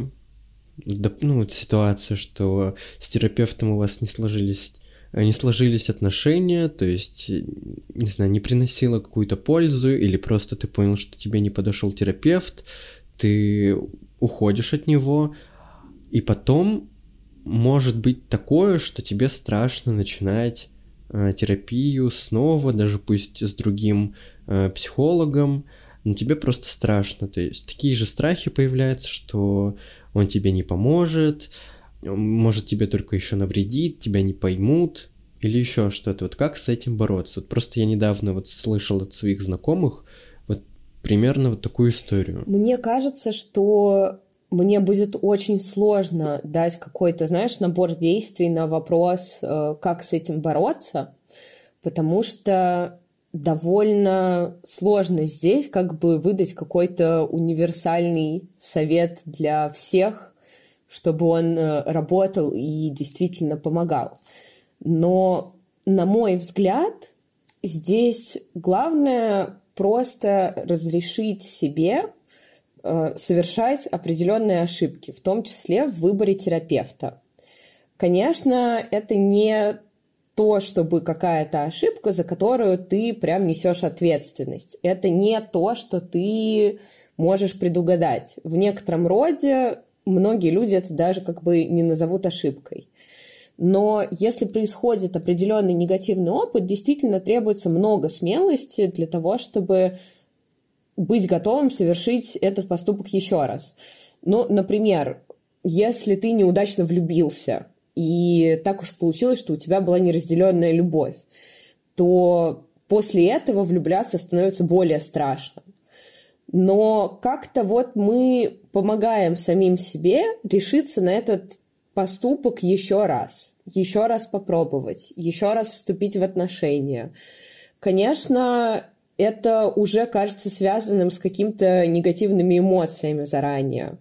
ситуация, что с терапевтом у вас не сложились отношения, то есть, не знаю, не приносило какую-то пользу, или просто ты понял, что тебе не подошел терапевт, ты уходишь от него, и потом может быть такое, что тебе страшно начинать терапию снова, даже пусть с другим психологом, но тебе просто страшно, то есть такие же страхи появляются, что он тебе не поможет, может тебе только еще навредит, тебя не поймут или еще что-то. Как с этим бороться? Просто я недавно слышал от своих знакомых примерно такую историю. Мне кажется, что мне будет очень сложно дать какой-то, набор действий на вопрос, как с этим бороться, потому что довольно сложно здесь выдать какой-то универсальный совет для всех, чтобы он работал и действительно помогал. Но, на мой взгляд, здесь главное просто разрешить себе совершать определенные ошибки, в том числе в выборе терапевта. Конечно, это не то, чтобы какая-то ошибка, за которую ты прям несешь ответственность. Это не то, что ты можешь предугадать. В некотором роде многие люди это даже не назовут ошибкой. Но если происходит определенный негативный опыт, действительно требуется много смелости для того, чтобы быть готовым совершить этот поступок еще раз. Например, если ты неудачно влюбился, и так уж получилось, что у тебя была неразделенная любовь, то после этого влюбляться становится более страшно. Но как-то мы помогаем самим себе решиться на этот поступок еще раз. еще раз попробовать, еще раз вступить в отношения. Конечно, это уже кажется связанным с какими-то негативными эмоциями заранее.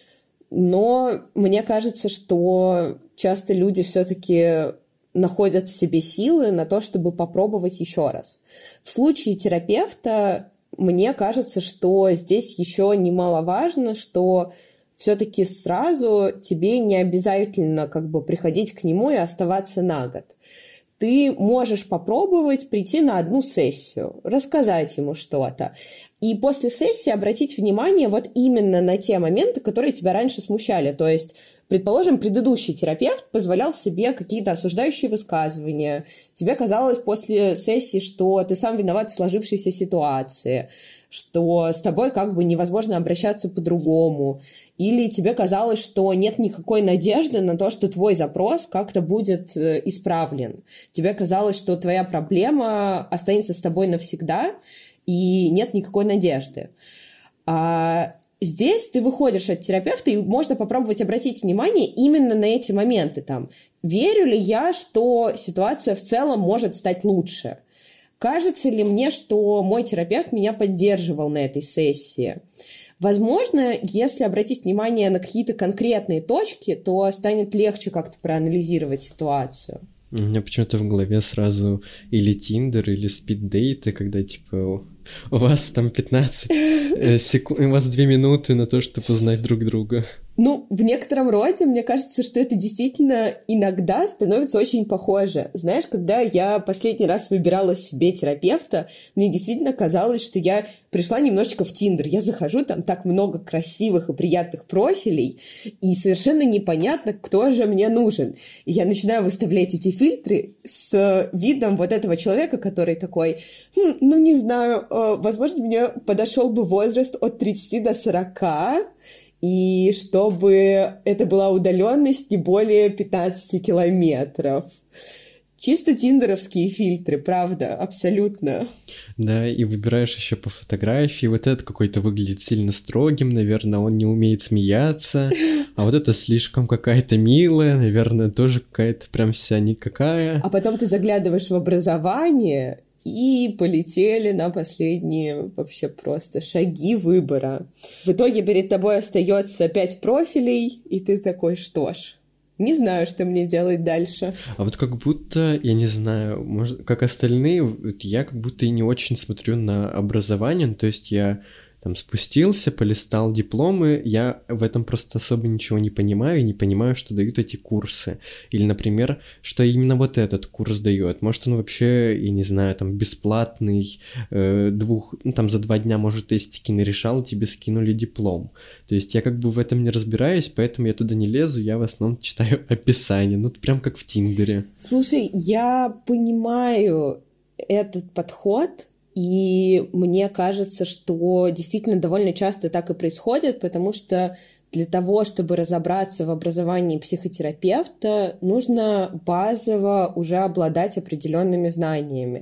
Но мне кажется, что часто люди все-таки находят в себе силы на то, чтобы попробовать еще раз. В случае терапевта, мне кажется, что здесь еще немаловажно, что все-таки сразу тебе не обязательно приходить к нему и оставаться на год. Ты можешь попробовать прийти на одну сессию, рассказать ему что-то. И после сессии обратить внимание вот именно на те моменты, которые тебя раньше смущали. То есть, предположим, предыдущий терапевт позволял себе какие-то осуждающие высказывания. Тебе казалось после сессии, что ты сам виноват в сложившейся ситуации, что с тобой невозможно обращаться по-другому. Или тебе казалось, что нет никакой надежды на то, что твой запрос как-то будет исправлен. Тебе казалось, что твоя проблема останется с тобой навсегда, и нет никакой надежды. А здесь ты выходишь от терапевта, и можно попробовать обратить внимание именно на эти моменты. Верю ли я, что ситуация в целом может стать лучше? Кажется ли мне, что мой терапевт меня поддерживал на этой сессии? Возможно, если обратить внимание на какие-то конкретные точки, то станет легче как-то проанализировать ситуацию. У меня почему-то в голове сразу или Тиндер, или спиддейты, когда у вас там 15 секунд, у вас 2 минуты на то, чтобы узнать друг друга. В некотором роде, мне кажется, что это действительно иногда становится очень похоже. Знаешь, когда я последний раз выбирала себе терапевта, мне действительно казалось, что я пришла немножечко в Тиндер. Я захожу, там так много красивых и приятных профилей, и совершенно непонятно, кто же мне нужен. И я начинаю выставлять эти фильтры с видом вот этого человека, который такой, не знаю, возможно, мне подошел бы возраст от 30 до 40, и чтобы это была удаленность не более 15 километров. Чисто тиндеровские фильтры, правда, абсолютно. Да, и выбираешь еще по фотографии. Вот этот какой-то выглядит сильно строгим, наверное, он не умеет смеяться. А вот это слишком какая-то милая, наверное, тоже какая-то прям вся никакая. А потом ты заглядываешь в образование, и полетели на последние вообще просто шаги выбора. В итоге перед тобой остается 5 профилей, и ты такой, что ж, не знаю, что мне делать дальше. А вот как будто, я не знаю, может, как остальные, я как будто и не очень смотрю на образование, то есть я там спустился, полистал дипломы, я в этом просто особо ничего не понимаю, и не понимаю, что дают эти курсы. Или, например, что именно вот этот курс дает. Может, он вообще, я не знаю, там, бесплатный, там за 2 дня, может, тестики нарешал, тебе скинули диплом. То есть я в этом не разбираюсь, поэтому я туда не лезу, я в основном читаю описание. Прям как в Тиндере. Слушай, я понимаю этот подход, и мне кажется, что действительно довольно часто так и происходит, потому что для того, чтобы разобраться в образовании психотерапевта, нужно базово уже обладать определенными знаниями.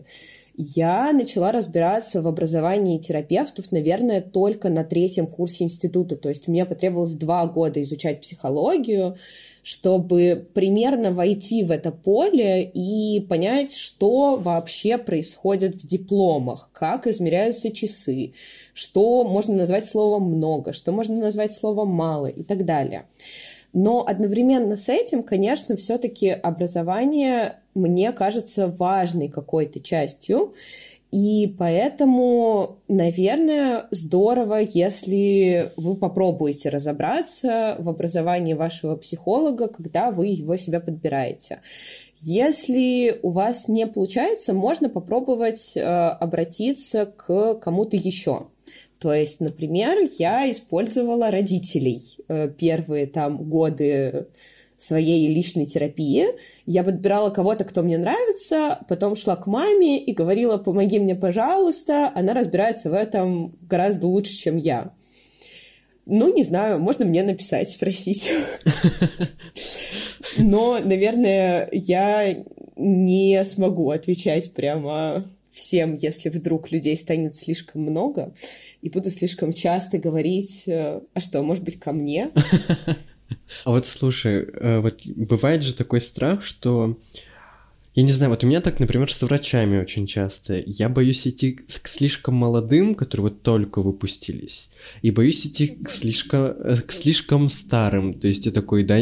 Я начала разбираться в образовании терапевтов, наверное, только на 3-м курсе института. То есть мне потребовалось 2 года изучать психологию, чтобы примерно войти в это поле и понять, что вообще происходит в дипломах, как измеряются часы, что можно назвать словом «много», что можно назвать словом «мало» и так далее. Но одновременно с этим, конечно, все-таки образование, мне кажется, важной какой-то частью, и поэтому, наверное, здорово, если вы попробуете разобраться в образовании вашего психолога, когда вы его себе подбираете. Если у вас не получается, можно попробовать обратиться к кому-то еще. То есть, например, я использовала родителей первые годы своей личной терапии. Я подбирала кого-то, кто мне нравится, потом шла к маме и говорила: помоги мне, пожалуйста. Она разбирается в этом гораздо лучше, чем я. Не знаю, можно мне написать, спросить. Но, наверное, я не смогу отвечать прямо всем, если вдруг людей станет слишком много, и буду слишком часто говорить: а что, может быть, ко мне? А вот слушай, вот бывает же такой страх, что... Я не знаю, вот у меня так, например, с врачами очень часто. Я боюсь идти к слишком молодым, которые вот только выпустились, и боюсь идти к слишком старым. То есть я такой, да,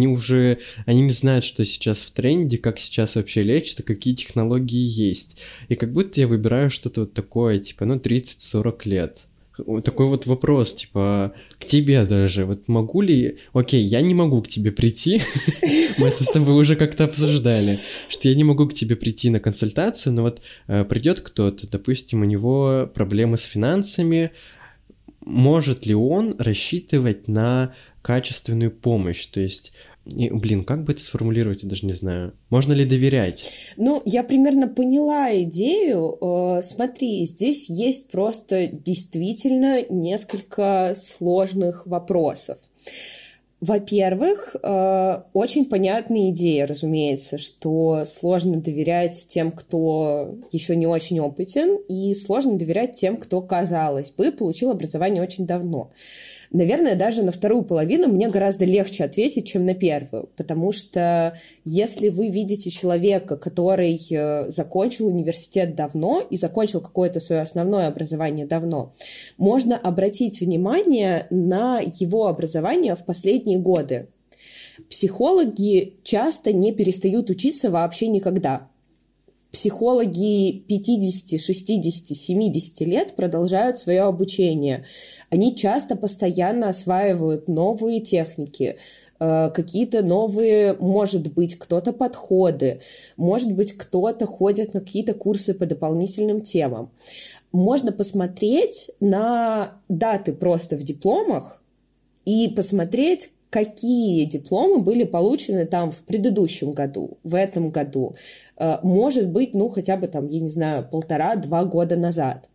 они не знают, что сейчас в тренде, как сейчас вообще лечат, и какие технологии есть. И как будто я выбираю что-то вот такое, типа, 30-40 лет. Вот такой вот вопрос, типа, к тебе даже, вот могу ли... Окей, я не могу к тебе прийти, мы это с тобой уже как-то обсуждали, что я не могу к тебе прийти на консультацию, но вот придет кто-то, допустим, у него проблемы с финансами, может ли он рассчитывать на качественную помощь, то есть... как бы это сформулировать, я даже не знаю. Можно ли доверять? Я примерно поняла идею. Смотри, здесь есть просто действительно несколько сложных вопросов. Во-первых, очень понятная идея, разумеется, что сложно доверять тем, кто еще не очень опытен, и сложно доверять тем, кто, казалось бы, получил образование очень давно. Наверное, даже на вторую половину мне гораздо легче ответить, чем на первую, потому что если вы видите человека, который закончил университет давно и закончил какое-то свое основное образование давно, можно обратить внимание на его образование в последние годы. Психологи часто не перестают учиться вообще никогда. Психологи 50, 60, 70 лет продолжают свое обучение. Они часто постоянно осваивают новые техники, какие-то новые, может быть, кто-то подходы, может быть, кто-то ходит на какие-то курсы по дополнительным темам. Можно посмотреть на даты просто в дипломах и посмотреть, какие дипломы были получены там в предыдущем году, в этом году. Может быть, хотя бы там, я не знаю, 1,5-2 года назад.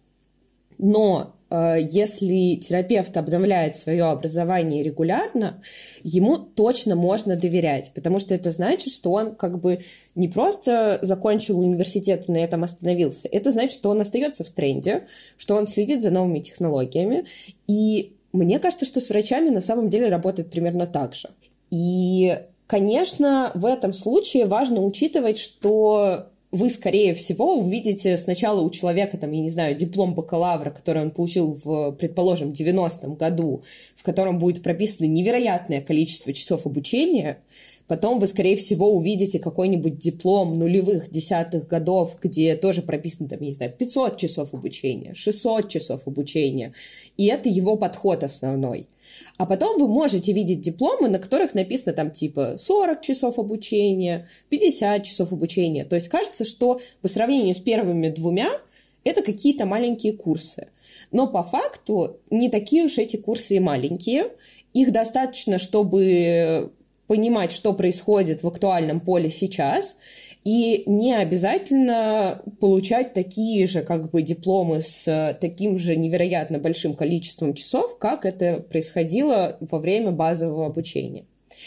Но если терапевт обновляет свое образование регулярно, ему точно можно доверять, потому что это значит, что он как бы не просто закончил университет и на этом остановился. Это значит, что он остается в тренде, что он следит за новыми технологиями. И мне кажется, что с врачами на самом деле работает примерно так же. И, конечно, в этом случае важно учитывать, что вы, скорее всего, увидите сначала у человека, там, я не знаю, диплом бакалавра, который он получил в, предположим, 90-м году, в котором будет прописано невероятное количество часов обучения. Потом вы, скорее всего, увидите какой-нибудь диплом нулевых, десятых годов, где тоже прописано, там, я не знаю, 500 часов обучения, 600 часов обучения. И это его подход основной. А потом вы можете видеть дипломы, на которых написано там типа 40 часов обучения, 50 часов обучения. То есть кажется, что по сравнению с первыми двумя это какие-то маленькие курсы. Но по факту не такие уж эти курсы и маленькие. Их достаточно, чтобы понимать, что происходит в актуальном поле сейчас, и не обязательно получать такие же как бы дипломы с таким же невероятно большим количеством часов, как это происходило во время базового обучения.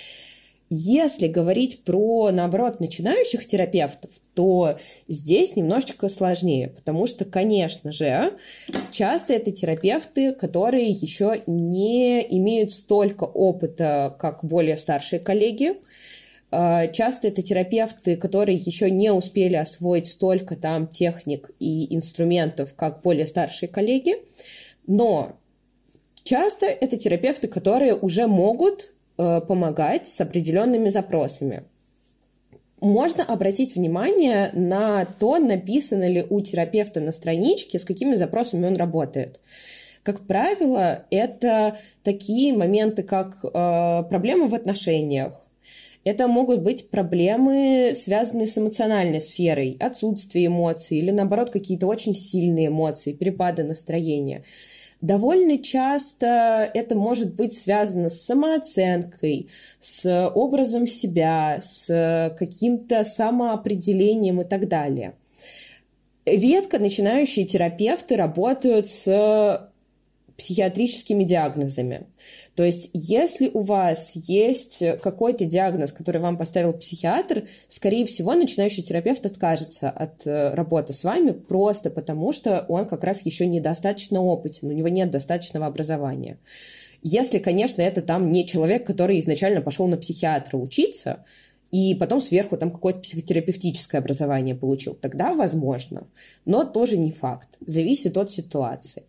Если говорить про, наоборот, начинающих терапевтов, то здесь немножечко сложнее, потому что, конечно же, часто это терапевты, которые еще не имеют столько опыта, как более старшие коллеги. Часто это терапевты, которые еще не успели освоить столько там техник и инструментов, как более старшие коллеги. Но часто это терапевты, которые уже могут помогать с определенными запросами. Можно обратить внимание на то, написано ли у терапевта на страничке, с какими запросами он работает. Как правило, это такие моменты, как проблемы в отношениях. Это могут быть проблемы, связанные с эмоциональной сферой, отсутствие эмоций или, наоборот, какие-то очень сильные эмоции, перепады настроения. Довольно часто это может быть связано с самооценкой, с образом себя, с каким-то самоопределением и так далее. Редко начинающие терапевты работают с психиатрическими диагнозами. То есть, если у вас есть какой-то диагноз, который вам поставил психиатр, скорее всего, начинающий терапевт откажется от работы с вами просто потому, что он как раз еще недостаточно опытен, у него нет достаточного образования. Если, конечно, это там не человек, который изначально пошел на психиатра учиться, и потом сверху там какое-то психотерапевтическое образование получил, тогда возможно. Но тоже не факт. Зависит от ситуации.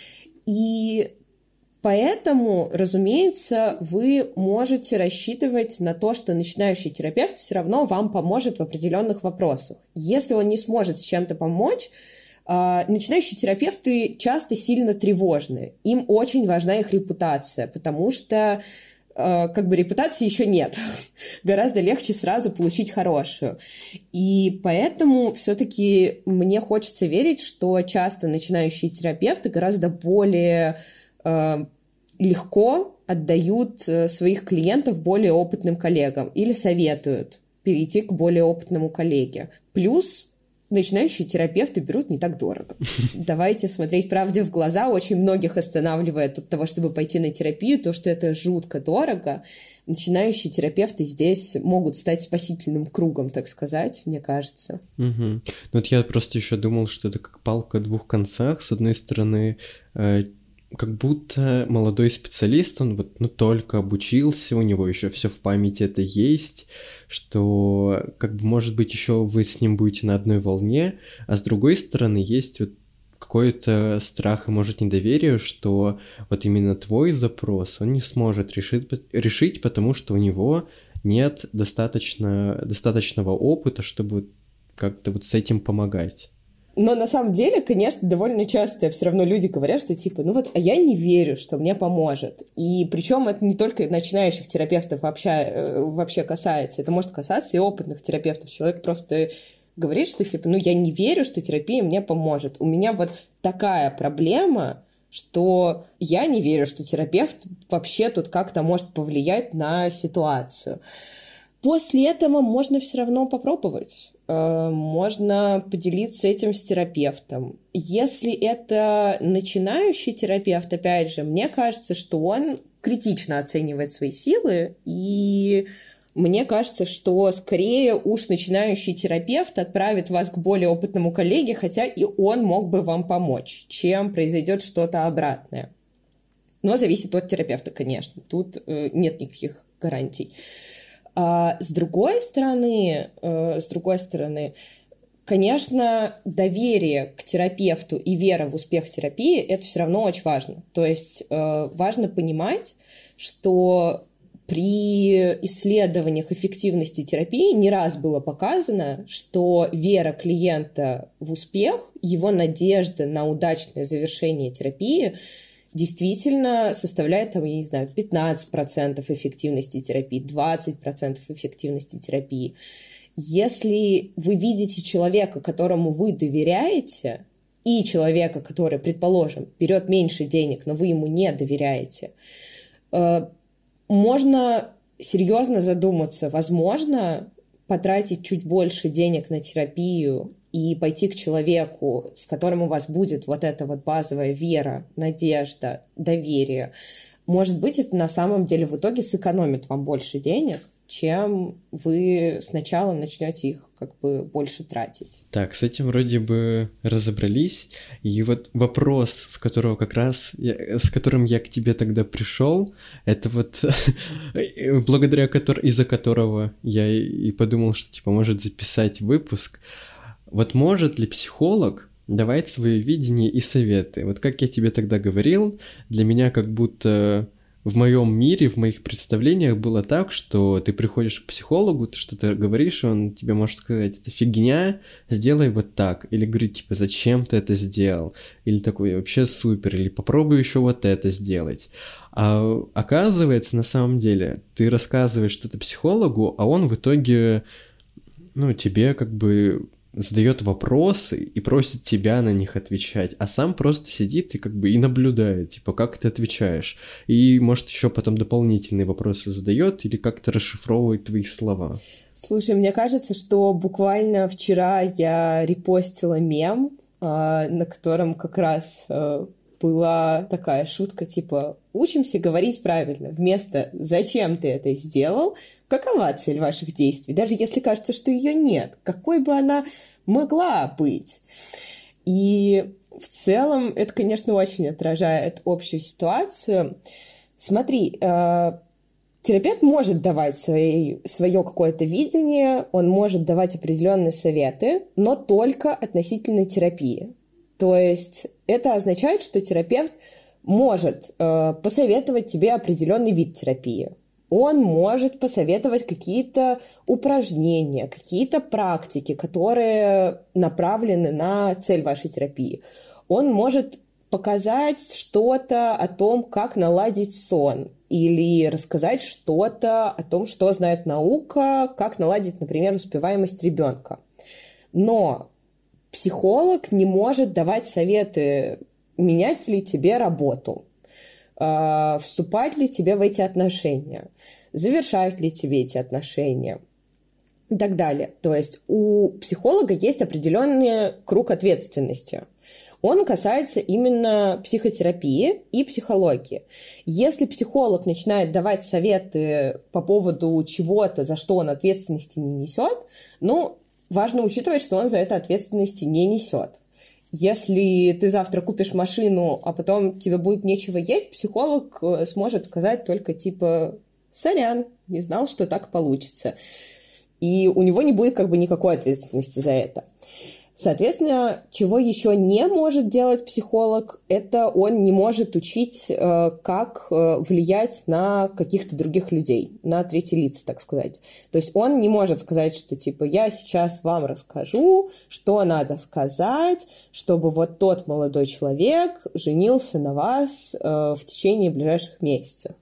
И поэтому, разумеется, вы можете рассчитывать на то, что начинающий терапевт все равно вам поможет в определенных вопросах. Если он не сможет с чем-то помочь, начинающие терапевты часто сильно тревожны. Им очень важна их репутация, потому что репутации еще нет. Гораздо легче сразу получить хорошую. И поэтому все-таки мне хочется верить, что часто начинающие терапевты гораздо более легко отдают своих клиентов более опытным коллегам или советуют перейти к более опытному коллеге. Плюс начинающие терапевты берут не так дорого. Давайте смотреть правде в глаза. Очень многих останавливает от того, чтобы пойти на терапию, то, что это жутко дорого. Начинающие терапевты здесь могут стать спасительным кругом, так сказать, мне кажется. Угу. Ну вот я просто еще думал, что это как палка о двух концах. С одной стороны, как будто молодой специалист, он только обучился, у него еще все в памяти это есть, что может быть еще вы с ним будете на одной волне, а с другой стороны есть какой-то страх и, может, недоверие, что вот именно твой запрос он не сможет решить, потому что у него нет достаточного опыта, чтобы как-то с этим помогать. Но на самом деле, конечно, довольно часто все равно люди говорят, что а я не верю, что мне поможет. И причем это не только начинающих терапевтов вообще касается, это может касаться и опытных терапевтов. Человек просто говорит, что я не верю, что терапия мне поможет. У меня вот такая проблема, что я не верю, что терапевт вообще тут как-то может повлиять на ситуацию. После этого можно все равно попробовать. Можно поделиться этим с терапевтом. Если это начинающий терапевт, опять же, мне кажется, что он критично оценивает свои силы, и мне кажется, что скорее уж начинающий терапевт отправит вас к более опытному коллеге, хотя и он мог бы вам помочь, чем произойдет что-то обратное. Но зависит от терапевта, конечно. Тут нет никаких гарантий. А с другой стороны, конечно, доверие к терапевту и вера в успех терапии – это все равно очень важно. То есть важно понимать, что при исследованиях эффективности терапии не раз было показано, что вера клиента в успех, его надежда на удачное завершение терапии – действительно составляет, 15% эффективности терапии, 20% эффективности терапии. Если вы видите человека, которому вы доверяете, и человека, который, предположим, берет меньше денег, но вы ему не доверяете, можно серьезно задуматься, возможно, потратить чуть больше денег на терапию и пойти к человеку, с которым у вас будет вот эта вот базовая вера, надежда, доверие. Может быть, это на самом деле в итоге сэкономит вам больше денег, чем вы сначала начнете их больше тратить. Так, с этим вроде бы разобрались. И вот вопрос, с которым я к тебе тогда пришел, это из-за которого я и подумал, что может записать выпуск. Вот может ли психолог давать свое видение и советы? Вот как я тебе тогда говорил, для меня как будто в моем мире, в моих представлениях было так, что ты приходишь к психологу, ты что-то говоришь, и он тебе может сказать: это фигня, сделай вот так. Или говорит, зачем ты это сделал? Или такой, вообще супер, или попробуй еще вот это сделать. А оказывается, на самом деле, ты рассказываешь что-то психологу, а он в итоге, тебе задает вопросы и просит тебя на них отвечать, а сам просто сидит и наблюдает, как ты отвечаешь. И, может, еще потом дополнительные вопросы задает или как-то расшифровывает твои слова. Слушай, мне кажется, что буквально вчера я репостила мем, на котором как раз была такая шутка, учимся говорить правильно. Вместо «зачем ты это сделал?», какова цель ваших действий? Даже если кажется, что ее нет, какой бы она могла быть? И в целом это, конечно, очень отражает общую ситуацию. Смотри, терапевт может давать свое какое-то видение, он может давать определенные советы, но только относительно терапии. То есть это означает, что терапевт может посоветовать тебе определенный вид терапии. Он может посоветовать какие-то упражнения, какие-то практики, которые направлены на цель вашей терапии. Он может показать что-то о том, как наладить сон, или рассказать что-то о том, что знает наука, как наладить, например, успеваемость ребенка. Но психолог не может давать советы, менять ли тебе работу, вступать ли тебе в эти отношения, завершают ли тебе эти отношения и так далее. То есть у психолога есть определенный круг ответственности. Он касается именно психотерапии и психологии. Если психолог начинает давать советы по поводу чего-то, за что он ответственности не несет, важно учитывать, что он за это ответственности не несет. Если ты завтра купишь машину, а потом тебе будет нечего есть, психолог сможет сказать только типа «сорян, не знал, что так получится». И у него не будет никакой ответственности за это. Соответственно, чего еще не может делать психолог, это он не может учить, как влиять на каких-то других людей, на третьи лица, так сказать. То есть он не может сказать, что типа я сейчас вам расскажу, что надо сказать, чтобы вот тот молодой человек женился на вас в течение ближайших месяцев.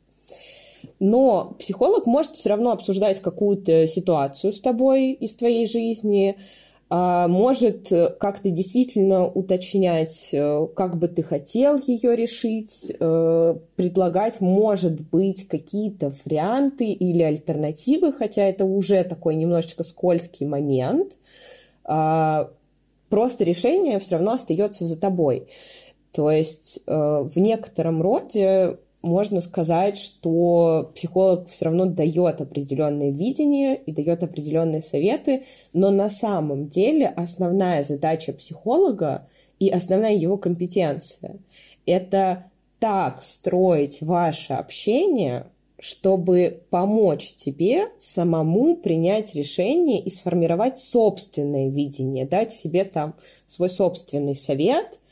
Но психолог может все равно обсуждать какую-то ситуацию с тобой из твоей жизни, может как-то действительно уточнять, как бы ты хотел ее решить, предлагать, может быть, какие-то варианты или альтернативы, хотя это уже такой немножечко скользкий момент. Просто решение все равно остается за тобой. То есть в некотором роде можно сказать, что психолог все равно дает определенное видение и дает определенные советы, но на самом деле основная задача психолога и основная его компетенция – это так строить ваше общение, чтобы помочь тебе самому принять решение и сформировать собственное видение, дать себе там свой собственный совет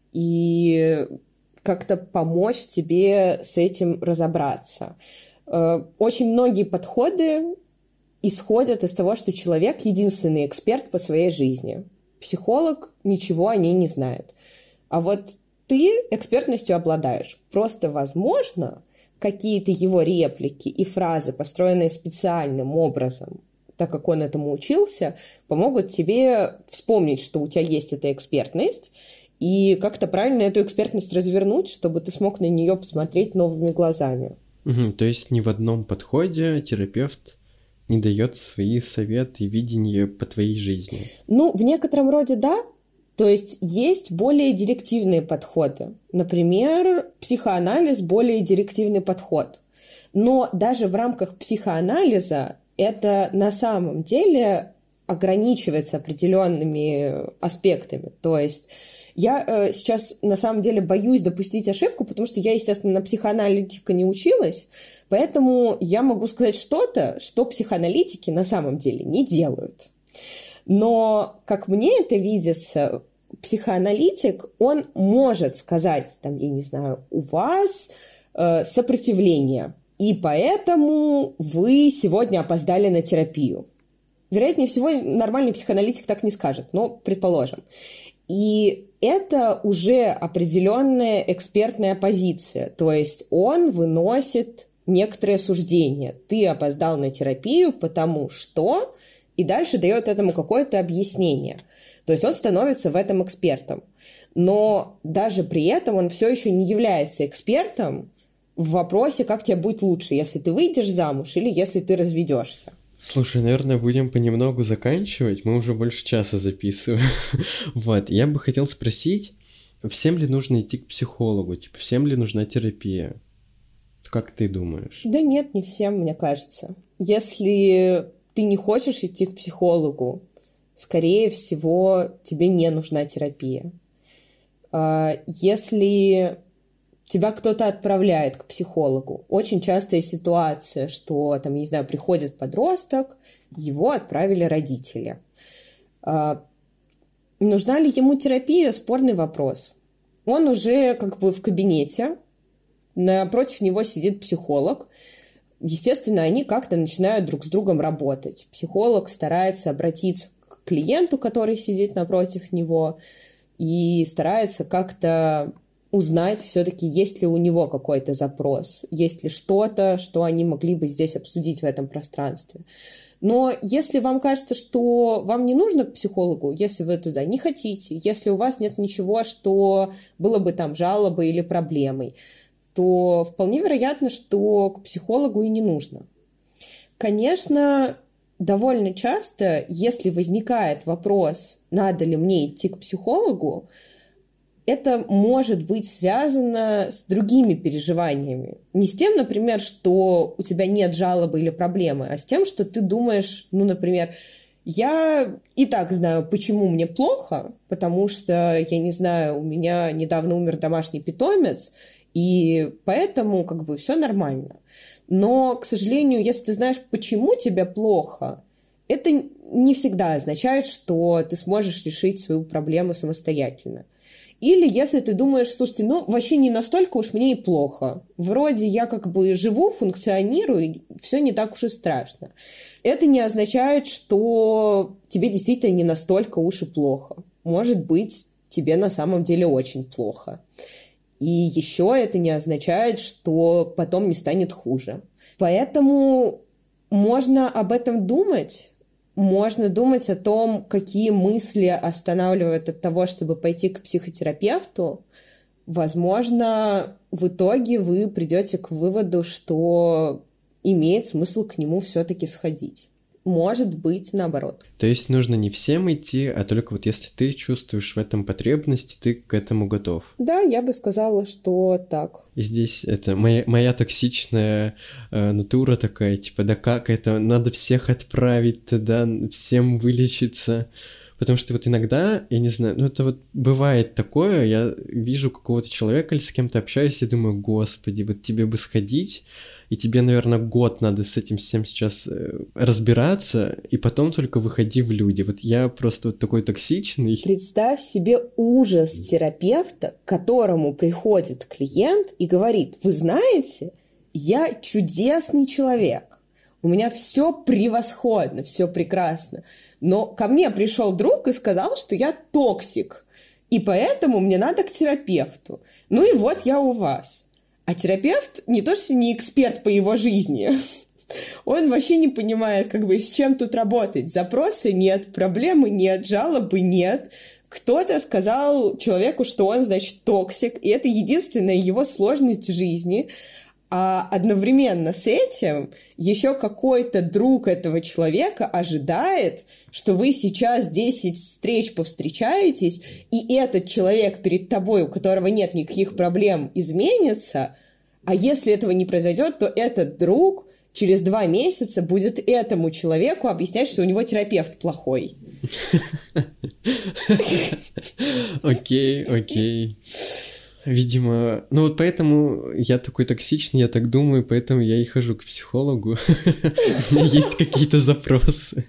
и как-то помочь тебе с этим разобраться. Очень многие подходы исходят из того, что человек единственный эксперт по своей жизни. Психолог ничего о ней не знает. А вот ты экспертностью обладаешь. Просто, возможно, какие-то его реплики и фразы, построенные специальным образом, так как он этому учился, помогут тебе вспомнить, что у тебя есть эта экспертность, и как-то правильно эту экспертность развернуть, чтобы ты смог на нее посмотреть новыми глазами. То есть ни в одном подходе терапевт не дает свои советы и видения по твоей жизни? В некотором роде да. То есть есть более директивные подходы. Например, психоанализ – более директивный подход. Но даже в рамках психоанализа это на самом деле ограничивается определенными аспектами. То есть я сейчас, на самом деле, боюсь допустить ошибку, потому что я, естественно, на психоаналитика не училась, поэтому я могу сказать что-то, что психоаналитики на самом деле не делают. Но, как мне это видится, психоаналитик, он может сказать, я не знаю, у вас сопротивление, и поэтому вы сегодня опоздали на терапию. Вероятнее всего, нормальный психоаналитик так не скажет, но предположим. И это уже определенная экспертная позиция, то есть он выносит некоторые суждения. Ты опоздал на терапию, потому что... И дальше дает этому какое-то объяснение. То есть он становится в этом экспертом. Но даже при этом он все еще не является экспертом в вопросе, как тебе будет лучше, если ты выйдешь замуж или если ты разведешься. Слушай, наверное, будем понемногу заканчивать. Мы уже больше часа записываем. Вот, я бы хотел спросить, всем ли нужно идти к психологу? Всем ли нужна терапия? Как ты думаешь? Да нет, не всем, мне кажется. Если ты не хочешь идти к психологу, скорее всего, тебе не нужна терапия. Если тебя кто-то отправляет к психологу. Очень частая ситуация, что, там, не знаю, приходит подросток, его отправили родители. Нужна ли ему терапия? Спорный вопрос. Он уже как бы в кабинете, напротив него сидит психолог. Естественно, они как-то начинают друг с другом работать. Психолог старается обратиться к клиенту, который сидит напротив него, и старается как-то узнать все-таки, есть ли у него какой-то запрос, есть ли что-то, что они могли бы здесь обсудить в этом пространстве. Но если вам кажется, что вам не нужно к психологу, если вы туда не хотите, если у вас нет ничего, что было бы там жалобой или проблемой, то вполне вероятно, что к психологу и не нужно. Конечно, довольно часто, если возникает вопрос, надо ли мне идти к психологу, это может быть связано с другими переживаниями. Не с тем, например, что у тебя нет жалобы или проблемы, а с тем, что ты думаешь, например, я и так знаю, почему мне плохо, потому что, я не знаю, у меня недавно умер домашний питомец, и поэтому как бы все нормально. Но, к сожалению, если ты знаешь, почему тебе плохо, это не всегда означает, что ты сможешь решить свою проблему самостоятельно. Или если ты думаешь, слушайте, вообще не настолько уж мне и плохо. Вроде я как бы живу, функционирую, все не так уж и страшно. Это не означает, что тебе действительно не настолько уж и плохо. Может быть, тебе на самом деле очень плохо. И еще это не означает, что потом не станет хуже. Поэтому можно об этом думать. Можно думать о том, какие мысли останавливают от того, чтобы пойти к психотерапевту. Возможно, в итоге вы придете к выводу, что имеет смысл к нему все-таки сходить. Может быть, наоборот. То есть нужно не всем идти, а только вот если ты чувствуешь в этом потребность, ты к этому готов. Да, я бы сказала, что так. И здесь это моя токсичная натура такая, типа, да как это, надо всех отправить туда, всем вылечиться. Потому что вот иногда, я не знаю, это вот бывает такое, я вижу какого-то человека или с кем-то общаюсь и думаю, господи, вот тебе бы сходить, и тебе, наверное, год надо с этим всем сейчас разбираться, и потом только выходи в люди. Вот я просто вот такой токсичный. Представь себе ужас терапевта, к которому приходит клиент и говорит, вы знаете, я чудесный человек, у меня все превосходно, все прекрасно, но ко мне пришел друг и сказал, что я токсик, и поэтому мне надо к терапевту. И вот я у вас. А терапевт не то, что не эксперт по его жизни, он вообще не понимает, с чем тут работать. Запроса нет, проблемы нет, жалобы нет. Кто-то сказал человеку, что он, значит, токсик, и это единственная его сложность в жизни. А одновременно с этим еще какой-то друг этого человека ожидает, что вы сейчас 10 встреч повстречаетесь, и этот человек перед тобой, у которого нет никаких проблем, изменится, а если этого не произойдет, то этот друг через 2 месяца будет этому человеку объяснять, что у него терапевт плохой. Окей. Видимо, вот поэтому я такой токсичный, я так думаю, поэтому я и хожу к психологу. У меня есть какие-то запросы.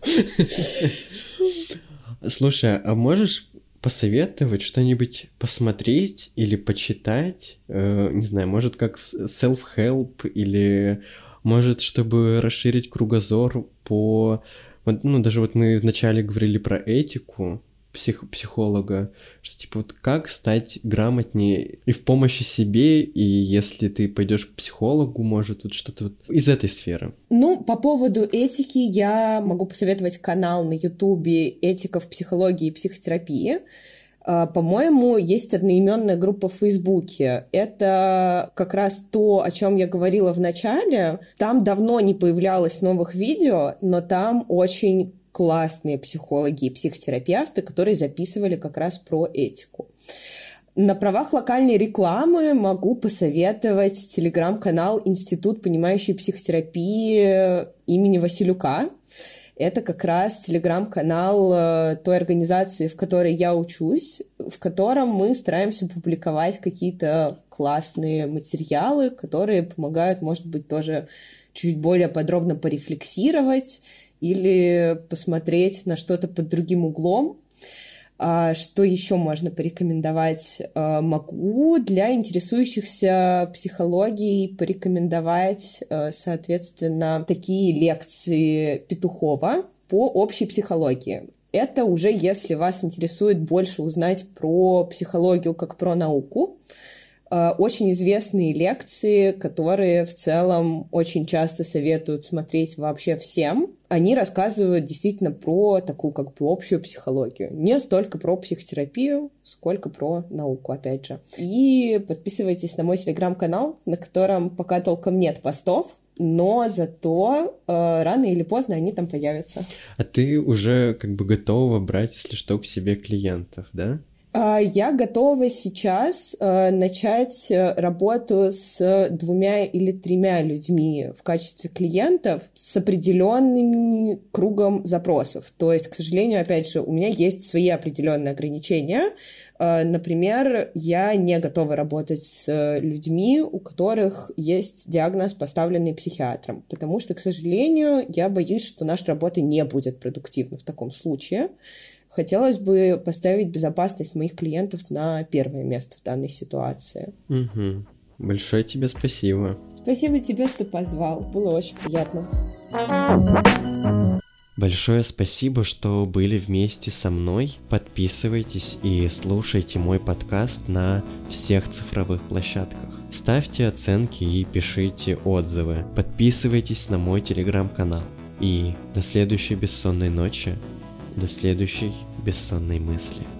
Слушай, а можешь посоветовать что-нибудь посмотреть или почитать? Не знаю, может, как self-help или может, чтобы расширить кругозор по... даже вот мы вначале говорили про этику, психолога, что типа вот как стать грамотнее и в помощи себе, и если ты пойдешь к психологу, может вот что-то вот из этой сферы. По поводу этики я могу посоветовать канал на Ютубе «Этика в психологии и психотерапии». По-моему, есть одноименная группа в Фейсбуке. Это как раз то, о чем я говорила в начале. Там давно не появлялось новых видео, но там очень классные психологи и психотерапевты, которые записывали как раз про этику. На правах локальной рекламы могу посоветовать телеграм-канал «Институт понимающей психотерапии» имени Василюка. это как раз телеграм-канал той организации, в которой я учусь, в котором мы стараемся публиковать какие-то классные материалы, которые помогают, может быть, тоже чуть более подробно порефлексировать или посмотреть на что-то под другим углом. Что еще можно порекомендовать? Могу для интересующихся психологией порекомендовать, соответственно, такие лекции Петухова по общей психологии. Это уже если вас интересует больше узнать про психологию как про науку. Очень известные лекции, которые в целом очень часто советуют смотреть вообще всем. Они рассказывают действительно про такую как бы общую психологию. Не столько про психотерапию, сколько про науку, опять же. И подписывайтесь на мой телеграм-канал, на котором пока толком нет постов, но зато рано или поздно они там появятся. А ты уже как бы готова брать, если что, к себе клиентов, да? Я готова сейчас начать работу с 2 или 3 людьми в качестве клиентов с определенным кругом запросов. То есть, к сожалению, опять же, у меня есть свои определенные ограничения. Например, я не готова работать с людьми, у которых есть диагноз, поставленный психиатром, потому что, к сожалению, я боюсь, что наша работа не будет продуктивна в таком случае. Хотелось бы поставить безопасность моих клиентов на первое место в данной ситуации. Угу. Большое тебе спасибо. Спасибо тебе, что позвал. Было очень приятно. Большое спасибо, что были вместе со мной. Подписывайтесь и слушайте мой подкаст на всех цифровых площадках. Ставьте оценки и пишите отзывы. Подписывайтесь на мой телеграм-канал. И до следующей бессонной ночи. До следующей бессонной мысли.